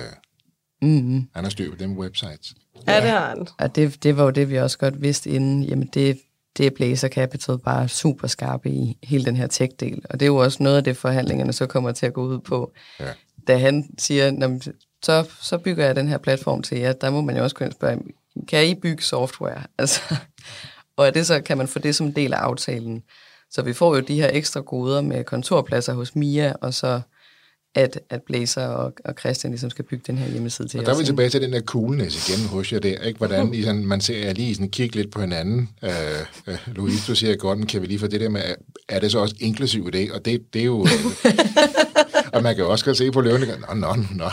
har styr på dem websites. Ja, det har han. Og det var jo det, vi også godt vidste inden. Jamen det er Blazer Capital bare super skarpe i hele den her tech-del. Og det er jo også noget af det, forhandlingerne så kommer til at gå ud på. Ja. Da han siger, så bygger jeg den her platform til jer, der må man jo også kunne spørge, kan I bygge software? Altså, og er det så, kan man få det som en del af aftalen? Så vi får jo de her ekstra goder med kontorpladser hos Mia, og så at Blazer og Christian ligesom skal bygge den her hjemmeside til os. Og der er vi tilbage til den der coolness igen hos jer der, ikke? Hvordan I sådan, man ser jer lige sådan kigge lidt på hinanden. Louise, du siger godt, kan vi lige få det der med, er det så også inklusiv i det? Og det er jo... og man kan jo også godt se på løvene, nå.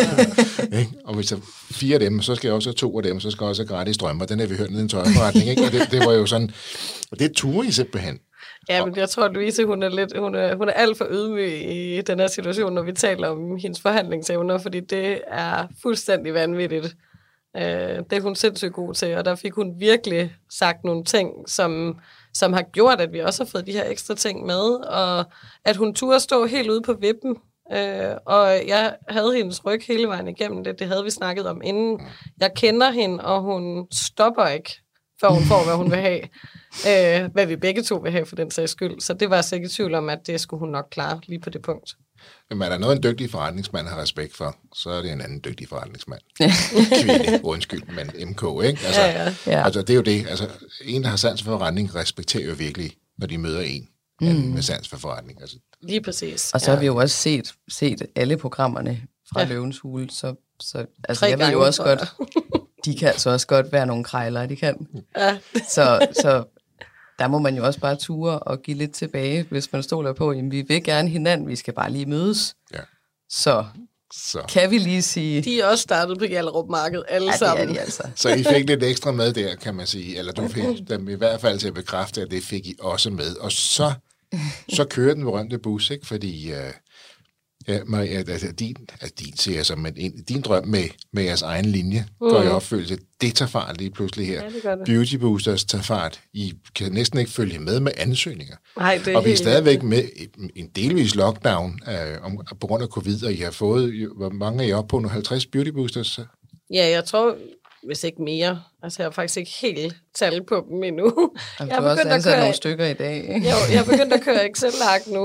Og hvis der 4 af dem, så skal jeg også have 2 af dem, så skal jeg også have gratis strømper. Den har vi hørt ned i en tøjforretning, ikke? Og det var jo sådan... Og det turer I simpelthen. Ja, men jeg tror, at Louise, hun er alt for ydmyg i den her situation, når vi taler om hendes forhandlingsevner, fordi det er fuldstændig vanvittigt. Det er hun sindssygt god til, og der fik hun virkelig sagt nogle ting, som har gjort, at vi også har fået de her ekstra ting med, og at hun turde stå helt ude på vippen. Og jeg havde hendes ryg hele vejen igennem det havde vi snakket om inden. Jeg kender hende, og hun stopper ikke, før hun får, hvad hun vil have. Hvad vi begge to vil have for den sags skyld. Så det var jeg så ikke i tvivl om, at det skulle hun nok klare lige på det punkt. Jamen, er der noget, en dygtig forretningsmand har respekt for, så er det en anden dygtig forretningsmand. Kvinde, undskyld, men MK, ikke? Altså, ja. Altså, det er jo det. Altså, en, der har sans for forretning, respekterer jo virkelig, når de møder en med sans for forretning. Altså. Lige præcis. Og så har vi jo også set alle programmerne fra Løvens Hule, så altså, jeg ved jo også godt, de kan altså også godt være nogle krejlere, de kan. Ja. Så der må man jo også bare ture og give lidt tilbage, hvis man stoler på, jamen vi vil gerne hinanden, vi skal bare lige mødes. Ja. Så kan vi lige sige... De er også startet på Hjallerup Marked, alle sammen. Det er de altså. Så I fik lidt ekstra med der, kan man sige, eller du fik dem i hvert fald til at bekræfte, at det fik I også med. Og så kører den berømte bus, ikke? Fordi Ja, Maria, altså din ser jeg som din drøm med jeres egen linje går i opfyldelse. Det tager fart lige pludselig her. Ja, det. Beauty Boosters tager fart. I kan næsten ikke følge med ansøgninger. Nej, det er og vi er stadigvæk med en delvis lockdown på grund af covid, og I har fået, hvor mange er I oppe på nu? 50 Beauty Boosters? Ja, jeg tror, hvis ikke mere. Altså, jeg har faktisk ikke helt tal på dem endnu. Jeg har også ansat nogle stykker i dag, ikke? Jo, jeg er begyndt at køre Excel-ark nu.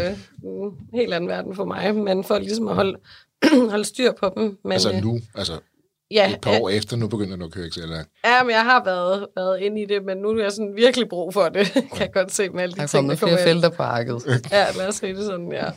En helt anden verden for mig, men for ligesom at holde styr på dem. Men, altså nu? Altså et par år efter, nu begynder du at køre Excel-ark? Ja, men jeg har været inde i det, men nu er jeg sådan virkelig brug for det. Kan jeg godt se med alle de ting, der kommer flere felter på arket. Ja, lad os se det sådan, ja.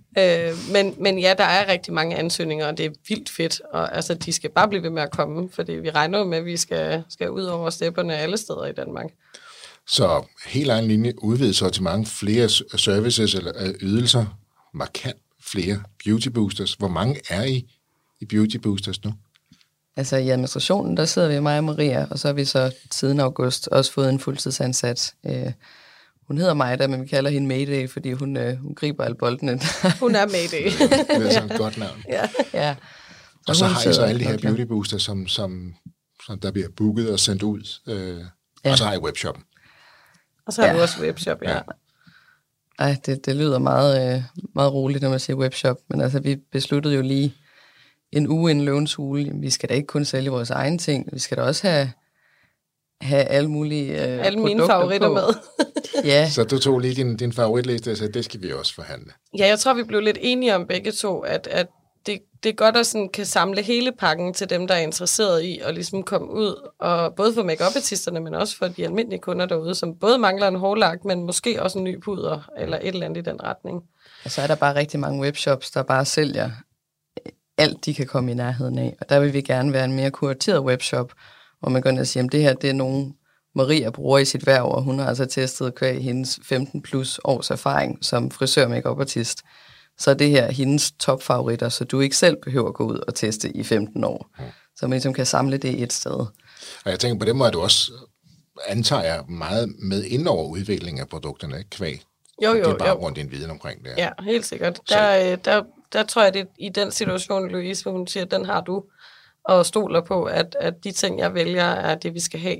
Men ja, der er rigtig mange ansøgninger, og det er vildt fedt, og altså, de skal bare blive ved med at komme, fordi vi regner med, at vi skal ud over stepperne alle steder i Danmark. Så helt egen linje udvidet så til mange flere services eller ydelser, markant flere Beauty Boosters. Hvor mange er I Beauty Boosters nu? Altså i administrationen, der sidder vi mig og Maria, og så har vi så siden august også fået en fuldtidsansat. Hun hedder Maida, men vi kalder hende Mayday, fordi hun griber alle boldene. Hun er Mayday. Det er sådan et godt navn. Ja. Og så har I så alle de her Beauty Boosters, som der bliver booket og sendt ud. Og så har I webshoppen. Og så har vi også webshop, ja. Ej, det lyder meget, meget roligt, når man siger webshop, men altså vi besluttede jo lige en uge inden Løvens Hule, vi skal da ikke kun sælge vores egne ting, vi skal da også have alle mulige alle mine favoritter på. Med. Ja. Så du tog lige din favoritliste og sagde, det skal vi også forhandle. Ja, jeg tror, vi blev lidt enige om begge to, at det er godt at sådan kan samle hele pakken til dem, der er interesseret i at ligesom komme ud, og både for make-up-artisterne, men også for de almindelige kunder derude, som både mangler en hårlak, men måske også en ny puder, eller et eller andet i den retning. Og så er der bare rigtig mange webshops, der bare sælger alt, de kan komme i nærheden af, og der vil vi gerne være en mere kurateret webshop, hvor man går ind og siger, at det her, det er nogen Maria bruger i sit hverv, og hun har altså testet kvæg hendes 15 plus års erfaring som frisør make-up-artist. Så er det her hendes topfavoritter, så du ikke selv behøver at gå ud og teste i 15 år. Så man ligesom kan samle det et sted. Og jeg tænker, på den måde, at du også antager meget med ind over udviklingen af produkterne, ikke? Kvæg. Jo. Det er bare rundt i en viden omkring det. Ja, helt sikkert. Der tror jeg, det i den situation, Louise, hvor hun siger, den har du, og stoler på, at de ting, jeg vælger, er det, vi skal have.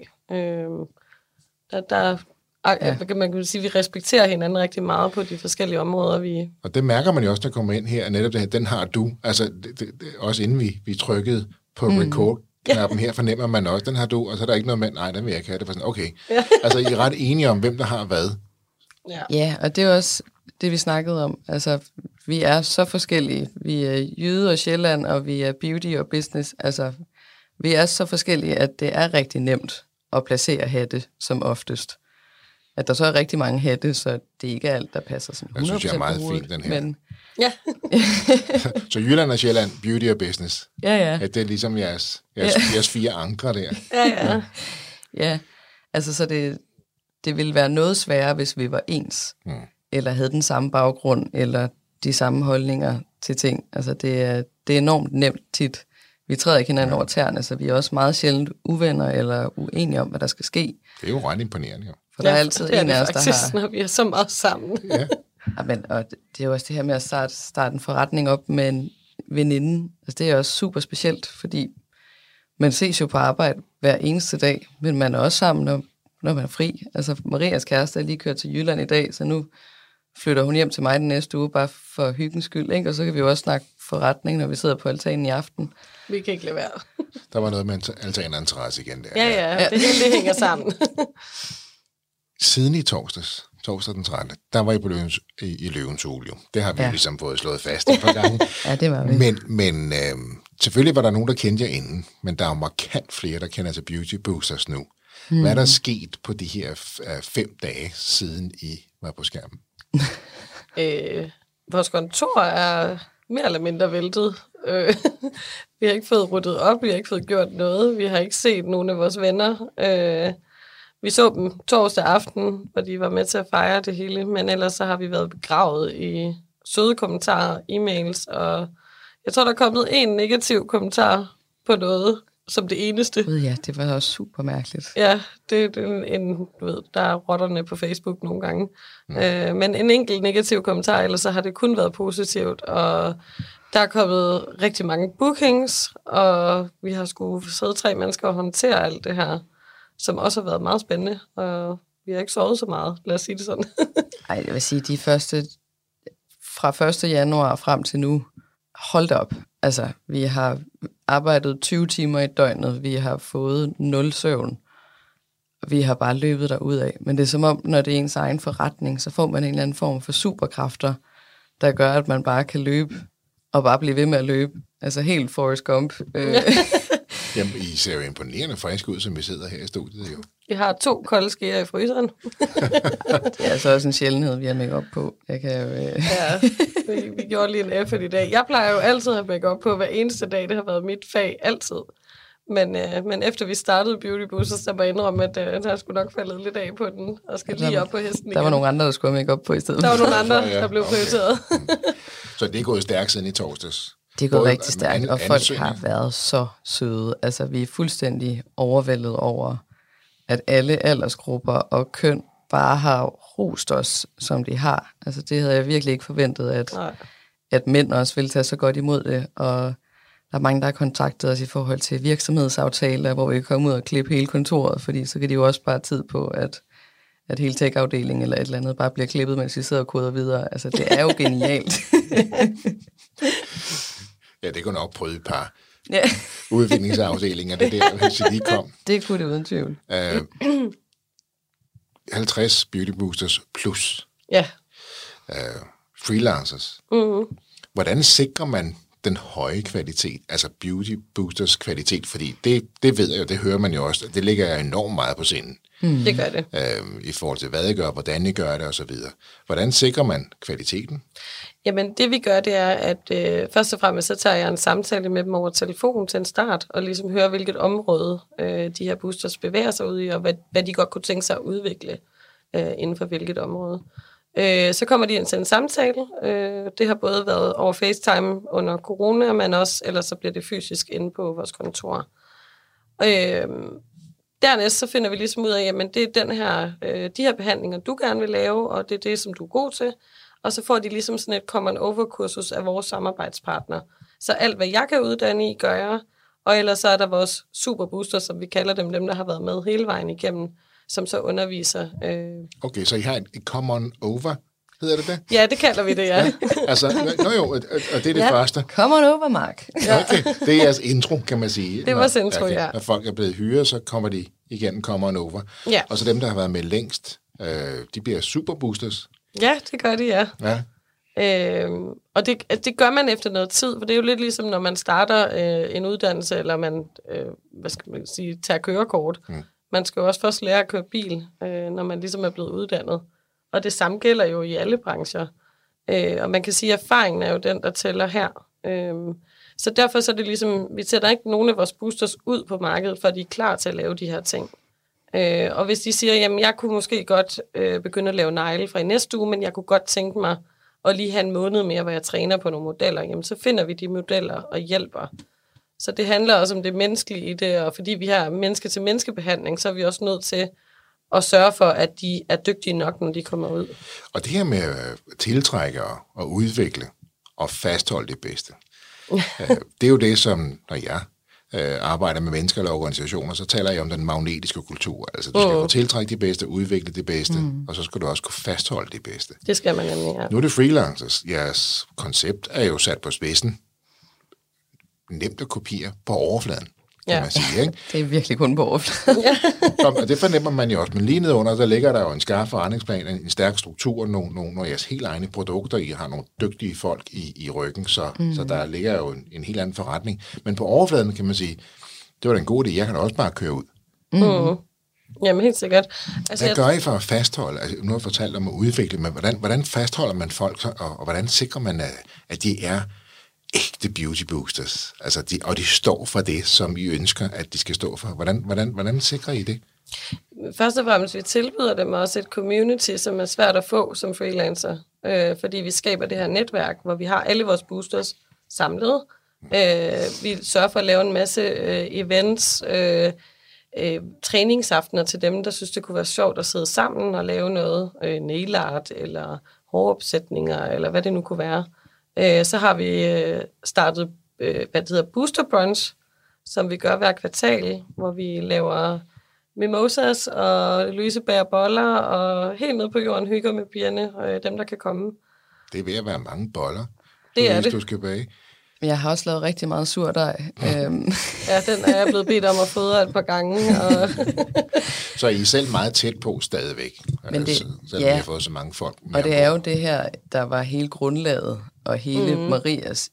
Man kan sige, at vi respekterer hinanden rigtig meget på de forskellige områder. Og det mærker man jo også, når kommer ind her, netop det her, den har du. Altså, det, også inden vi trykkede på record-knappen her, fornemmer man også, den har du, og så er der ikke noget med, nej, den vil jeg ikke have. Det var sådan, okay. Ja. Altså, I er ret enige om, hvem der har hvad. Ja, og det er også det, vi snakkede om. Altså, vi er så forskellige. Vi er Jyde og Sjælland, og vi er beauty og business. Altså, vi er så forskellige, at det er rigtig nemt at placere hatte som oftest. At der så er rigtig mange hatte, så det er ikke alt, der passer sådan 100% jeg synes, jeg er meget på hovedet, fint, den her. Men ja. Så Jylland og Sjælland, beauty og business. Ja. At det er ligesom jeres 4 ankre der. Ja, altså så det ville være noget sværere, hvis vi var ens. Eller havde den samme baggrund, eller de samme holdninger til ting. Altså det er enormt nemt tit. Vi træder ikke hinanden over tæerne, så vi er også meget sjældent uvenner eller uenige om, hvad der skal ske. Det er jo ret imponerende, jo. For der er altid en af os, der har... når vi er så meget sammen. Ja. Og det er jo også det her med at starte en forretning op med en veninde. Altså det er også super specielt, fordi man ses jo på arbejde hver eneste dag, men man er også sammen, når man er fri. Altså Marias kæreste er lige kørt til Jylland i dag, så nu flytter hun hjem til mig den næste uge, bare for hyggens skyld, ikke? Og så kan vi jo også snakke forretning, når vi sidder på altanen i aften. Vi kan ikke lade være. Der var noget med altaninteresse igen der. Ja, det hele det hænger sammen. Siden i torsdag den 13., der var I på Løvens Hule. Det har vi jo ligesom fået slået fast et par gange. Ja, det var vi. Men selvfølgelig var der nogen, der kendte jer inden, men der er jo markant flere, der kender til Beauty Boosters nu. Hvad er der sket på de her 5 dage, siden I var på skærmen? Vores kontor er mere eller mindre væltet. Vi har ikke fået ryddet op, vi har ikke fået gjort noget, vi har ikke set nogen af vores venner. Vi så dem torsdag aften, hvor de var med til at fejre det hele, men ellers så har vi været begravet i søde kommentarer, e-mails, og jeg tror, der er kommet en negativ kommentar på noget, som det eneste. Ja, det var også super mærkeligt. Ja, det er en, du ved, der er rotterne på Facebook nogle gange. Men en enkelt negativ kommentar, ellers så har det kun været positivt, og der er kommet rigtig mange bookings, og vi har skulle sidde 3 mennesker og håndtere alt det her, som også har været meget spændende, og vi har ikke sovet så meget, lad os sige det sådan. Ej, jeg vil sige, fra 1. januar frem til nu, hold op. Altså, vi har arbejdet 20 timer i døgnet, vi har fået 0 søvn, vi har bare løbet derudad. Men det er som om, når det er ens egen forretning, så får man en eller anden form for superkræfter, der gør, at man bare kan løbe, og bare blive ved med at løbe. Altså helt Forrest Gump. Jamen, I ser jo imponerende frisk ud, som vi sidder her i studiet, jo. Vi har 2 kolde skeer i fryseren. Det er altså også en sjældenhed, vi har make-up på. Jeg kan jo... Ja, vi gjorde lige en effort i dag. Jeg plejer jo altid at have make-up på hver eneste dag. Det har været mit fag, altid. Men efter vi startede Beauty Boosters, så bare indrømme, at der skulle nok faldet lidt af på den, og skal lige op på hesten igen. Der var nogle andre, der skulle have make-up på i stedet. Der var nogle andre, der blev prioriteret. Så det er gået stærkt siden i torsdags? Det er gået rigtig stærkt, og folk har været så søde. Altså, vi er fuldstændig overvældet over, at alle aldersgrupper og køn bare har rost os, som de har. Altså, det havde jeg virkelig ikke forventet, at mænd også ville tage så godt imod det. Og der er mange, der har kontaktet os i forhold til virksomhedsaftaler, hvor vi kan komme ud og klippe hele kontoret, fordi så kan de jo også bare tid på, at hele tech-afdelingen eller et eller andet bare bliver klippet, mens de sidder og koder videre. Altså, det er jo genialt. Ja, det kunne nok prøve et par udviklingsafdelinger, det der, hvis de lige kom. Det kunne det uden tvivl. 50 Beauty Boosters plus. Ja. Freelancers. Mm-hmm. Hvordan sikrer man den høje kvalitet, altså Beauty Boosters kvalitet? Fordi det ved jeg jo, det hører man jo også, det ligger enormt meget på scenen. Det gør det. I forhold til, hvad I gør, hvordan I gør det osv. Hvordan sikrer man kvaliteten? Jamen, det vi gør, det er, at først og fremmest, så tager jeg en samtale med dem over telefon til en start, og ligesom hører, hvilket område de her boosters bevæger sig ud i, og hvad de godt kunne tænke sig at udvikle inden for hvilket område. Så kommer de ind til en samtale. Det har både været over FaceTime under corona, men også, ellers så bliver det fysisk inde på vores kontor. Dernæst så finder vi ligesom ud af, jamen det er de her behandlinger, du gerne vil lave, og det er det, som du er god til. Og så får de ligesom sådan et common over-kursus af vores samarbejdspartner. Så alt, hvad jeg kan uddanne i, gør jeg. Og ellers så er der vores superbooster, som vi kalder dem der har været med hele vejen igennem, som så underviser. Okay, så I har et common over, hedder det det? Ja, det kalder vi det, ja. Altså, og det er det første. Come on over, Mark. Okay, det er jeres intro, kan man sige. Det er vores intro, ja. Når folk er blevet hyret, så kommer de igen come on over. Ja. Og så dem, der har været med længst, de bliver superboosters. Ja, det gør de, ja. Og det gør man efter noget tid, for det er jo lidt ligesom, når man starter en uddannelse, eller man, tager kørekort. Man skal jo også først lære at køre bil, når man ligesom er blevet uddannet. Og det samme gælder jo i alle brancher. Og man kan sige, at erfaringen er jo den, der tæller her. Så derfor så er det ligesom, vi sætter ikke nogen af vores boosters ud på markedet, for de er klar til at lave de her ting. Og hvis de siger, jamen jeg kunne måske godt begynde at lave negle fra i næste uge, men jeg kunne godt tænke mig at lige have en måned mere, hvor jeg træner på nogle modeller, jamen så finder vi de modeller og hjælper. Så det handler også om det menneskelige i det, og fordi vi har menneske-til-menneske-behandling, så er vi også nødt til at sørge for, at de er dygtige nok, når de kommer ud. Og det her med at tiltrække og udvikle og fastholde det bedste, det er jo det, som når jeg arbejder med mennesker eller organisationer, så taler jeg om den magnetiske kultur. Altså, du skal kunne tiltrække det bedste, udvikle det bedste, og så skal du også kunne fastholde det bedste. Det skal man nemlig, ja. Nu er det freelancers. Jeres koncept er jo sat på spidsen. Nemt at kopiere på overfladen, kan man sige, ikke? Det er virkelig kun på overfladen. Og det fornemmer man jo også. Men lige nedenunder, der ligger der jo en skarp forretningsplan, en stærk struktur, nogle af jeres helt egne produkter. I har nogle dygtige folk i ryggen, så der ligger jo en helt anden forretning. Men på overfladen kan man sige, det var da en god idé. Jeg kan da også bare køre ud. Jamen helt sikkert. Altså, hvad gør I for at fastholde? Altså, nu har jeg fortalt om at udvikle, men hvordan fastholder man folk, og hvordan sikrer man, at de er ægte beauty boosters, altså de står for det, som I ønsker, at de skal stå for. Hvordan sikrer I det? Først og fremmest, vi tilbyder dem også et community, som er svært at få som freelancer, fordi vi skaber det her netværk, hvor vi har alle vores boosters samlet, Vi sørger for at lave en masse events, træningsaftener til dem, der synes, det kunne være sjovt at sidde sammen og lave noget nail art eller håropsætninger, eller hvad det nu kunne være. Så har vi startet, hvad det hedder, Booster Brunch, som vi gør hver kvartal, hvor vi laver mimosas og Louise bager boller, og helt ned på jorden hygger med pigerne og dem, der kan komme. Det er ved at være mange boller, det er det. Du skal bage. Jeg har også lavet rigtig meget surdej. Ja, den er jeg blevet bedt om at fodre et par gange. Og Så er I selv meget tæt på stadigvæk, Men det, selvom vi har fået så mange folk med. Og det er jo det her, der var hele grundlaget, og hele Marias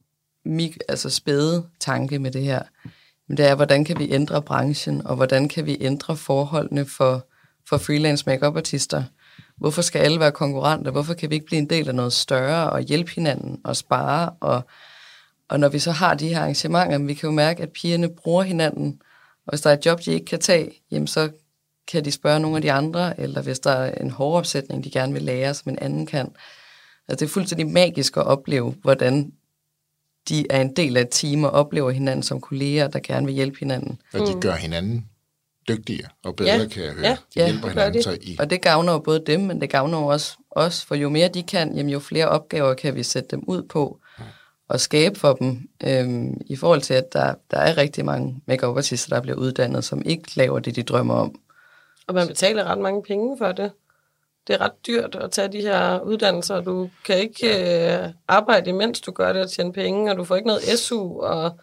spæde tanke med det her. Men det er, hvordan kan vi ændre branchen, og hvordan kan vi ændre forholdene for freelance make-up-artister? Hvorfor skal alle være konkurrenter? Hvorfor kan vi ikke blive en del af noget større og hjælpe hinanden og spare? Og når vi så har de her arrangementer, vi kan jo mærke, at pigerne bruger hinanden. Og hvis der er et job, de ikke kan tage, jamen så kan de spørge nogle af de andre, eller hvis der er en håropsætning, de gerne vil lære, som en anden kan. Altså det er fuldstændig magisk at opleve, hvordan de er en del af et team og oplever hinanden som kolleger, der gerne vil hjælpe hinanden. Og de gør hinanden dygtigere og bedre, kan jeg høre. De hjælper hinanden så i. Og det gavner jo både dem, men det gavner jo også os, for jo mere de kan, jamen jo flere opgaver kan vi sætte dem ud på og skabe for dem, i forhold til, at der er rigtig mange make-up-artister, der bliver uddannet, som ikke laver det, de drømmer om. Og man betaler ret mange penge for det. Det er ret dyrt at tage de her uddannelser. Du kan ikke arbejde, imens du gør det og tjene penge, og du får ikke noget SU.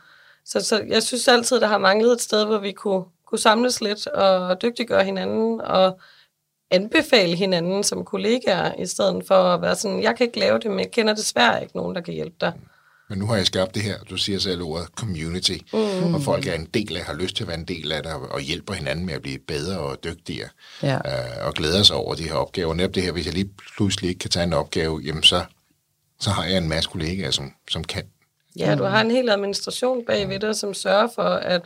Så jeg synes altid, der har manglet et sted, hvor vi kunne samles lidt og dygtiggøre hinanden og anbefale hinanden som kollegaer, i stedet for at være sådan, jeg kan ikke lave det, men jeg kender desværre ikke nogen, der kan hjælpe dig. Men nu har jeg skabt det her, du siger selv ordet community, og folk er en del af, har lyst til at være en del af det, og hjælper hinanden med at blive bedre og dygtigere, og glæder sig over de her opgaver. Netop det her, hvis jeg lige pludselig ikke kan tage en opgave, jamen så har jeg en masse kollegaer, som kan. Ja, du har en hel administration bagved dig, som sørger for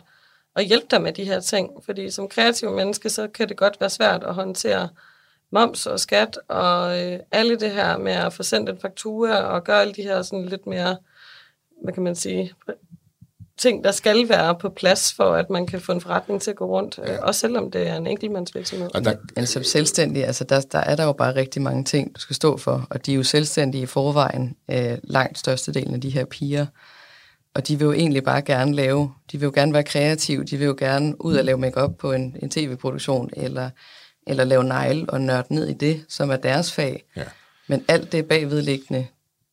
at hjælpe dig med de her ting, fordi som kreativ menneske, så kan det godt være svært at håndtere moms og skat, og alle det her med at få sendt en faktura, og gøre alle de her sådan lidt mere, hvad kan man sige, ting, der skal være på plads, for at man kan få en forretning til at gå rundt, også selvom det er en enkeltmandsvirksomhed. Men som selvstændig, altså der er der jo bare rigtig mange ting, du skal stå for, og de er jo selvstændige i forvejen, langt størstedelen af de her piger, og de vil jo egentlig bare gerne de vil jo gerne være kreative, de vil jo gerne ud og lave make-up på en tv-produktion, eller lave negle og nørde ned i det, som er deres fag. Ja. Men alt det bagvedliggende,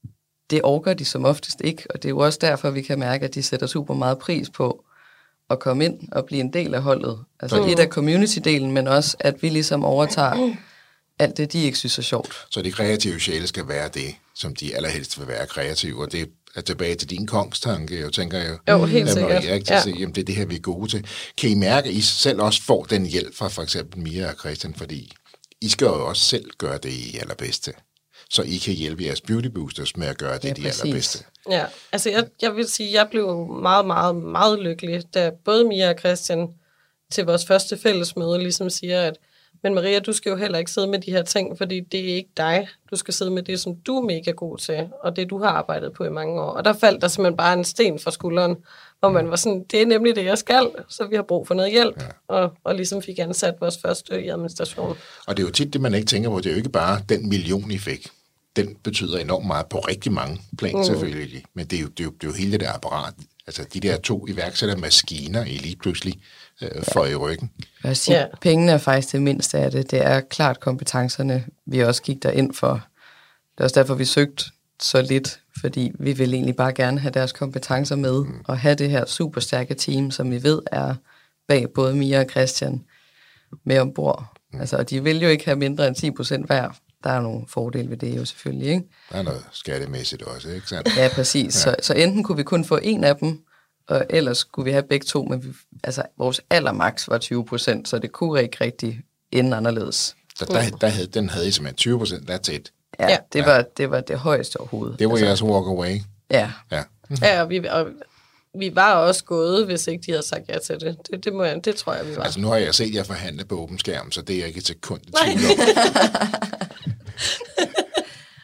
det orker de som oftest ikke, og det er jo også derfor, vi kan mærke, at de sætter super meget pris på at komme ind og blive en del af holdet. Altså et af community-delen, men også, at vi ligesom overtager alt det, de ikke synes er sjovt. Så de kreative sjæle skal være det, som de allerhelst vil være kreative, og det er tilbage til din kongstanke, jeg tænker jeg. Jo, helt sikkert. Jamen, det er det her, vi er gode til. Kan I mærke, at I selv også får den hjælp fra for eksempel Mia og Christian, fordi I skal jo også selv gøre det, I er allerbedste, så I kan hjælpe jeres beauty boosters med at gøre det, de allerbedste. Ja, altså jeg vil sige, jeg blev meget, meget, meget lykkelig, da både Mia og Christian til vores første fællesmøde ligesom siger, at men Maria, du skal jo heller ikke sidde med de her ting, fordi det er ikke dig. Du skal sidde med det, som du er mega god til, og det, du har arbejdet på i mange år. Og der faldt der simpelthen bare en sten fra skulderen, hvor man var sådan, det er nemlig det, jeg skal, så vi har brug for noget hjælp, og ligesom fik ansat vores første i administration. Og det er jo tit det, man ikke tænker på. Det er jo ikke bare den million, I fik. Den betyder enormt meget på rigtig mange plan, selvfølgelig. Men det er jo hele det der apparat. Altså de der 2 iværksættermaskiner, I lige pludselig får i ryggen. Jeg siger, pengene er faktisk det mindste af det. Det er klart kompetencerne, vi også gik derind for. Det er også derfor, vi søgte så lidt, fordi vi vil egentlig bare gerne have deres kompetencer med, og have det her super stærke team, som vi ved er bag både Mia og Christian med ombord. Altså, og de vil jo ikke have mindre end 10% hver. Der er nogle fordele ved det jo selvfølgelig, ikke? Der er noget skattemæssigt også, ikke sandt? Ja, præcis. Ja. Så enten kunne vi kun få en af dem, og ellers skulle vi have begge to, men vores allermaks var 20%, så det kunne ikke rigtig ende anderledes. Så den havde I simpelthen 20%, that's it. Ja, det var det højeste overhovedet. Det var jeres walk away. Ja. Ja, og vi var også gået, hvis ikke de havde sagt ja til det. Det tror jeg, vi var. Altså nu har jeg set jer forhandle på åben skærm, så det er jeg ikke et sekund i tvivl om.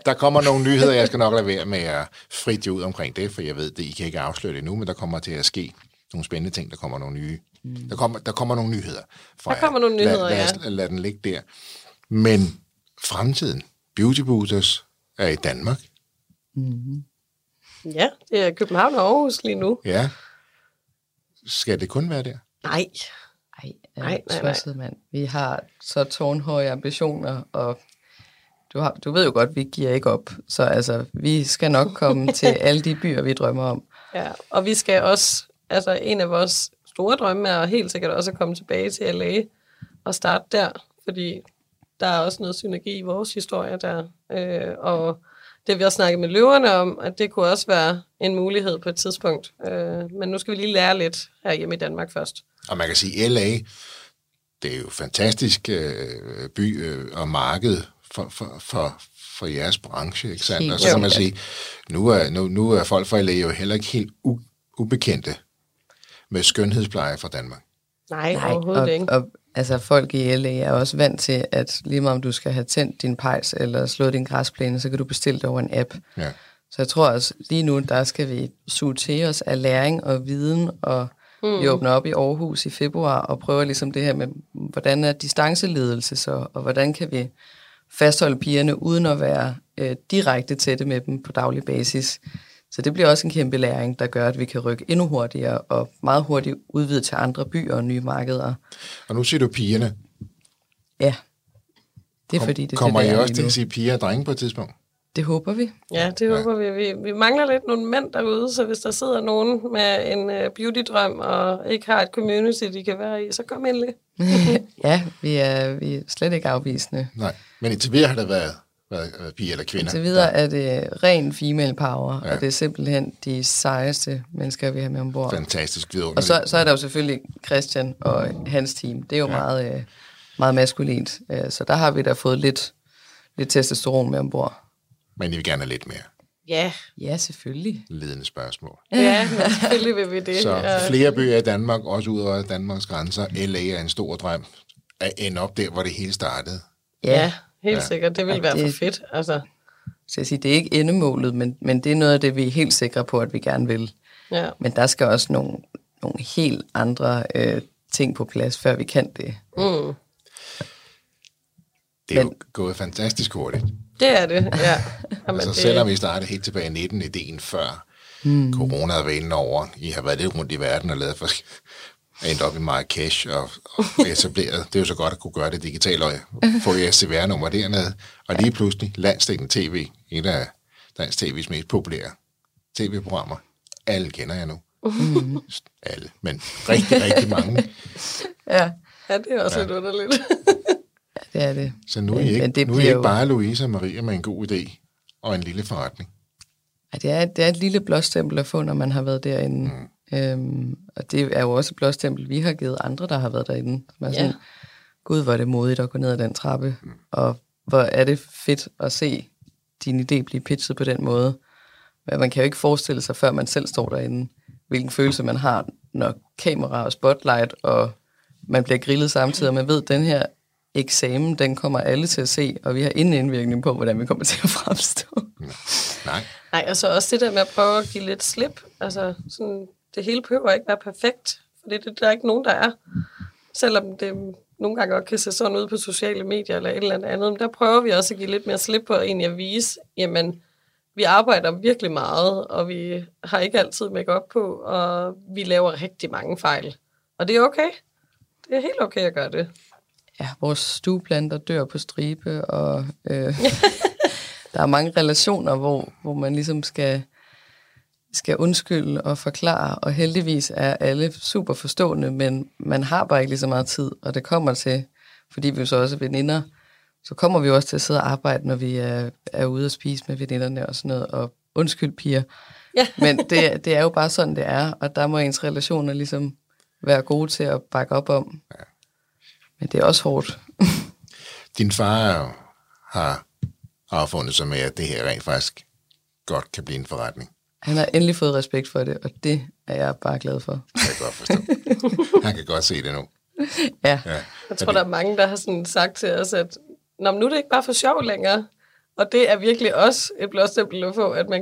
Der kommer nogle nyheder, jeg skal nok lade være med at frit ud omkring det, for jeg ved det, I kan ikke afsløre det endnu, men der kommer til at ske nogle spændende ting, der kommer nogle nye. Der kommer nogle nyheder. Der kommer nogle nyheder, lad den ligge der. Men fremtiden, Beauty Boosters er i Danmark. Mm-hmm. Ja, det er København og Aarhus lige nu. Ja. Skal det kun være der? Nej. Nej. Mand. Vi har så tårnhøje ambitioner, og du ved jo godt, vi giver ikke op. Så altså, vi skal nok komme til alle de byer, vi drømmer om. Ja, og vi skal også, altså en af vores store drømme er helt sikkert også at komme tilbage til LA og starte der, fordi der er også noget synergi i vores historie der. Og det vi også snakket med løverne om, at det kunne også være en mulighed på et tidspunkt. Men nu skal vi lige lære lidt her hjemme i Danmark først. Og man kan sige, LA, det er jo fantastisk by og marked for jeres branche, ikke sandt? Og så kan man sige, nu er folk fra LA jo heller ikke helt ubekendte med skønhedspleje fra Danmark. Nej, overhovedet ikke. Og altså, folk i LA er også vant til, at lige meget om du skal have tændt din pejs eller slået din græsplæne, så kan du bestille det over en app. Ja. Så jeg tror også, lige nu, der skal vi suge til os af læring og viden, og vi åbner op i Aarhus i februar og prøver ligesom det her med, hvordan er distanceledelse så, og hvordan kan vi fastholde pigerne uden at være direkte tætte med dem på daglig basis. Så det bliver også en kæmpe læring, der gør, at vi kan rykke endnu hurtigere og meget hurtigt udvide til andre byer og nye markeder. Og nu siger du pigerne. Ja, det er fordi det kommer det, I også til at sige piger og drenge på et tidspunkt? Det håber vi. Ja, det håber vi. Vi mangler lidt nogle mænd derude, så hvis der sidder nogen med en beauty-drøm og ikke har et community, de kan være i, så kom endelig. Ja, vi er slet ikke afvisende. Nej, men indtil videre har der været piger eller kvinder. Indtil videre er det ren female power, og det er simpelthen de sejeste mennesker, vi har med ombord. Fantastisk vidunderligt. Og så er der jo selvfølgelig Christian og hans team. Det er jo meget, meget maskulint, så der har vi da fået lidt testosteron med ombord. Men I vil gerne have lidt mere? Ja, selvfølgelig. Ledende spørgsmål. Ja, selvfølgelig vil vi det. Så flere byer i Danmark, også ud over Danmarks grænser. LA er en stor drøm at ende op der, hvor det hele startede. Ja, helt sikkert. Det vil være for fedt. Altså. Så jeg siger, det er ikke endemålet, men det er noget af det, vi er helt sikre på, at vi gerne vil. Ja. Men der skal også nogle helt andre ting på plads, før vi kan det. Mm. Det er jo gået fantastisk hurtigt. Det er det, ja. Jamen, altså, selvom vi startede helt tilbage i 19, ideen før corona var inde over, I har været lidt rundt i verden og lavet endt op i Marrakesh og etableret. Det er jo så godt at kunne gøre det digitalt og få jeres CVR-nummer dernede. Og lige pludselig landsdækkende tv, et af dansk tv's mest populære tv-programmer. Alle kender jeg nu. Alle, men rigtig, rigtig mange. Ja, det er også lidt underligt. Det er det. Så nu er I ikke bare Louise og Maria med en god idé og en lille forretning. Ja, det er et lille blåstempel at få, når man har været derinde. Og det er jo også et blåstempel, vi har givet andre, der har været derinde. Man er sådan, gud, hvor er det modigt at gå ned ad den trappe. Og hvor er det fedt at se din idé blive pitchet på den måde. Men man kan jo ikke forestille sig, før man selv står derinde, hvilken følelse man har, når kamera og spotlight, og man bliver grillet samtidig, og man ved, at den her eksamen, den kommer alle til at se, og vi har ingen indvirkning på, hvordan vi kommer til at fremstå. Nej, og så også det der med at prøve at give lidt slip. Altså, sådan, det hele behøver ikke være perfekt, for det der er ikke nogen, der er. Selvom det nogle gange godt kan se sådan ud på sociale medier eller et eller andet, men der prøver vi også at give lidt mere slip på egentlig at vise, jamen, vi arbejder virkelig meget, og vi har ikke altid make-up på, og vi laver rigtig mange fejl. Og det er okay. Det er helt okay at gøre det. Ja, vores stueplanter dør på stribe, og der er mange relationer, hvor man ligesom skal undskylde og forklare, og heldigvis er alle super forstående, men man har bare ikke lige så meget tid, og det kommer til, fordi vi jo så også er veninder, så kommer vi også til at sidde og arbejde, når vi er ude og spise med veninderne og sådan noget, og undskyld piger. Ja. Men det er jo bare sådan, det er, og der må ens relationer ligesom være gode til at bakke op om. Ja. Men det er også hårdt. Din far har affundet sig med, at det her rent faktisk godt kan blive en forretning. Han har endelig fået respekt for det, og det er jeg bare glad for. Det kan jeg godt forstå. Han kan godt se det nu. Ja. Jeg tror, der er mange, der har sådan sagt til os, at nu er det ikke bare for sjov længere. Og det er virkelig også et blåstempel på, at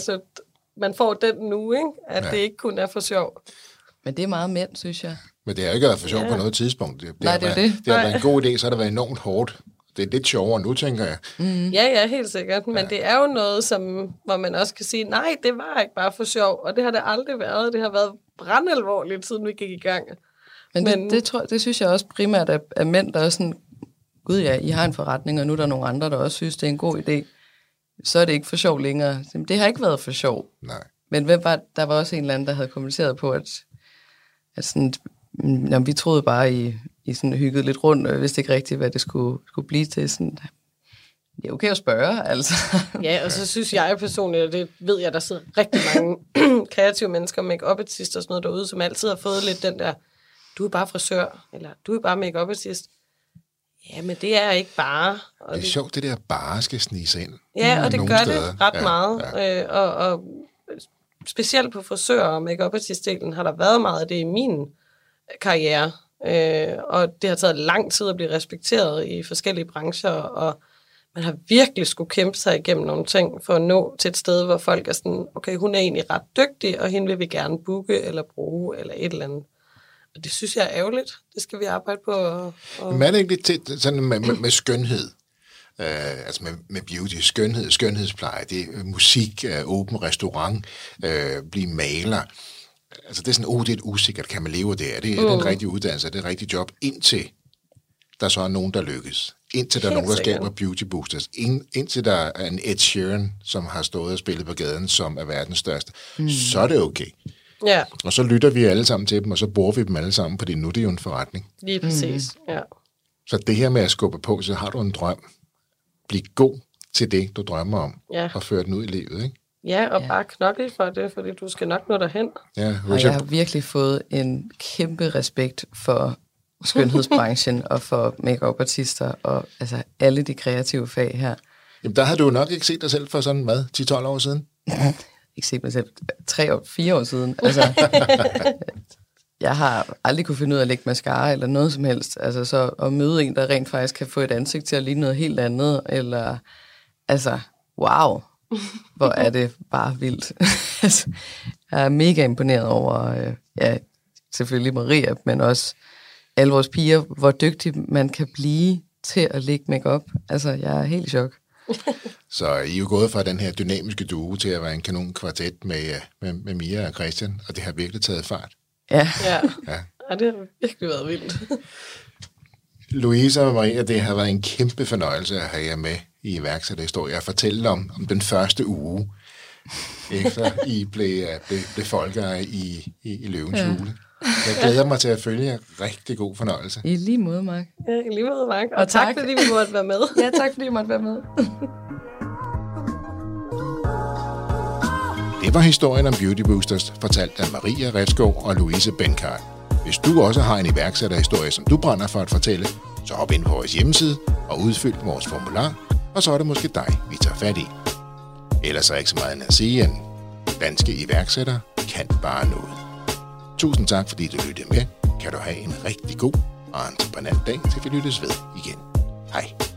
man får den nu, ikke? At det ikke kun er for sjov. Men det er meget mænd, synes jeg. Men det har ikke været for sjov på noget tidspunkt. Det har været en god idé, så har det været enormt hårdt. Det er lidt sjovere nu, tænker jeg. Mm. Ja, helt sikkert. Men det er jo noget, hvor man også kan sige, nej, det var ikke bare for sjov, og det har det aldrig været. Det har været brandalvorligt, siden vi gik i gang. Men det synes jeg også primært er mænd, der er sådan, gud ja, I har en forretning, og nu er der nogle andre, der også synes, det er en god idé. Så er det ikke for sjov længere. Det har ikke været for sjov. Nej. Men der var også en eller anden, der havde kommenteret på, at sådan, jamen, vi troede bare, I sådan hygget lidt rundt, og jeg vidste ikke rigtigt, hvad det skulle blive til. Sådan, det er okay at spørge, altså. Ja, og så synes jeg personligt, og det ved jeg, der sidder rigtig mange kreative mennesker, make-up-artister og sådan noget derude, som altid har fået lidt den der, du er bare frisør, eller du er bare make-up-artist. Ja, men det er ikke bare. Og det er sjovt, det der bare skal snige sig ind. Ja, og det gør steder. Det ret meget. Ja. Og specielt på frisør- og make-up-artist-delen har der været meget af det i min karriere. Og det har taget lang tid at blive respekteret i forskellige brancher, og man har virkelig skulle kæmpe sig igennem nogle ting for at nå til et sted, hvor folk er sådan, okay, hun er egentlig ret dygtig, og hende vil vi gerne booke eller bruge, eller et eller andet. Og det synes jeg er ærgerligt. Det skal vi arbejde på. Men er det ikke lidt sådan med skønhed? Altså med beauty, skønhedspleje, det er musik, åben restaurant, blive maler. Altså det er sådan, det er et usikkert, kan man leve af det? Er det en rigtig uddannelse? Er det et rigtigt job? Indtil der så er nogen, der lykkes. Indtil der er nogen, der skaber beauty boosters. Indtil der er en Ed Sheeran, som har stået og spillet på gaden, som er verdens største. Så er det okay. Ja. Og så lytter vi alle sammen til dem, og så bruger vi dem alle sammen, fordi nu er det jo en forretning. Lige præcis, ja. Så det her med at skubbe på, så har du en drøm. Bliv god til det, du drømmer om, og føre den ud i livet, ikke? Ja, og bare knokle for det, fordi du skal nok nå derhen. Ja, og jeg har virkelig fået en kæmpe respekt for skønhedsbranchen og for make-up-artister og altså alle de kreative fag her. Jamen, der havde du nok ikke set dig selv for sådan, 10-12 år siden? Ikke set mig selv 3-4 år siden. Altså, jeg har aldrig kunne finde ud af at lægge mascara eller noget som helst. Altså, så at møde en, der rent faktisk kan få et ansigt til at ligne noget helt andet, eller altså, wow, hvor er det bare vildt. Altså, jeg er mega imponeret over, selvfølgelig Maria, men også alle vores piger, hvor dygtig man kan blive til at lægge make-up. Altså, jeg er helt i chok. Så I er jo gået fra den her dynamiske duo til at være en kanon kvartet med Mia og Christian, og det har virkelig taget fart. Ja, det har virkelig været vildt. Louise og Maria, det har været en kæmpe fornøjelse at have jer med i iværksætterhistorie og fortælle om den første uge, efter I blev folkere i Løvens Hule. Jeg glæder mig til at følge jer. Rigtig god fornøjelse. I lige måde, Mark. Ja, i lige måde, Mark. Og tak, fordi vi måtte være med. Ja, tak, fordi I måtte være med. Det var historien om Beauty Boosters, fortalt af Maria Refskov og Louise Benkart. Hvis du også har en iværksætterhistorie, som du brænder for at fortælle, så hop ind på vores hjemmeside og udfyld vores formular, og så er det måske dig, vi tager fat i. Ellers er ikke så meget at sige, end danske iværksættere kan bare noget. Tusind tak, fordi du lyttede med. Kan du have en rigtig god og entreprenant dag, til vi lyttes ved igen. Hej.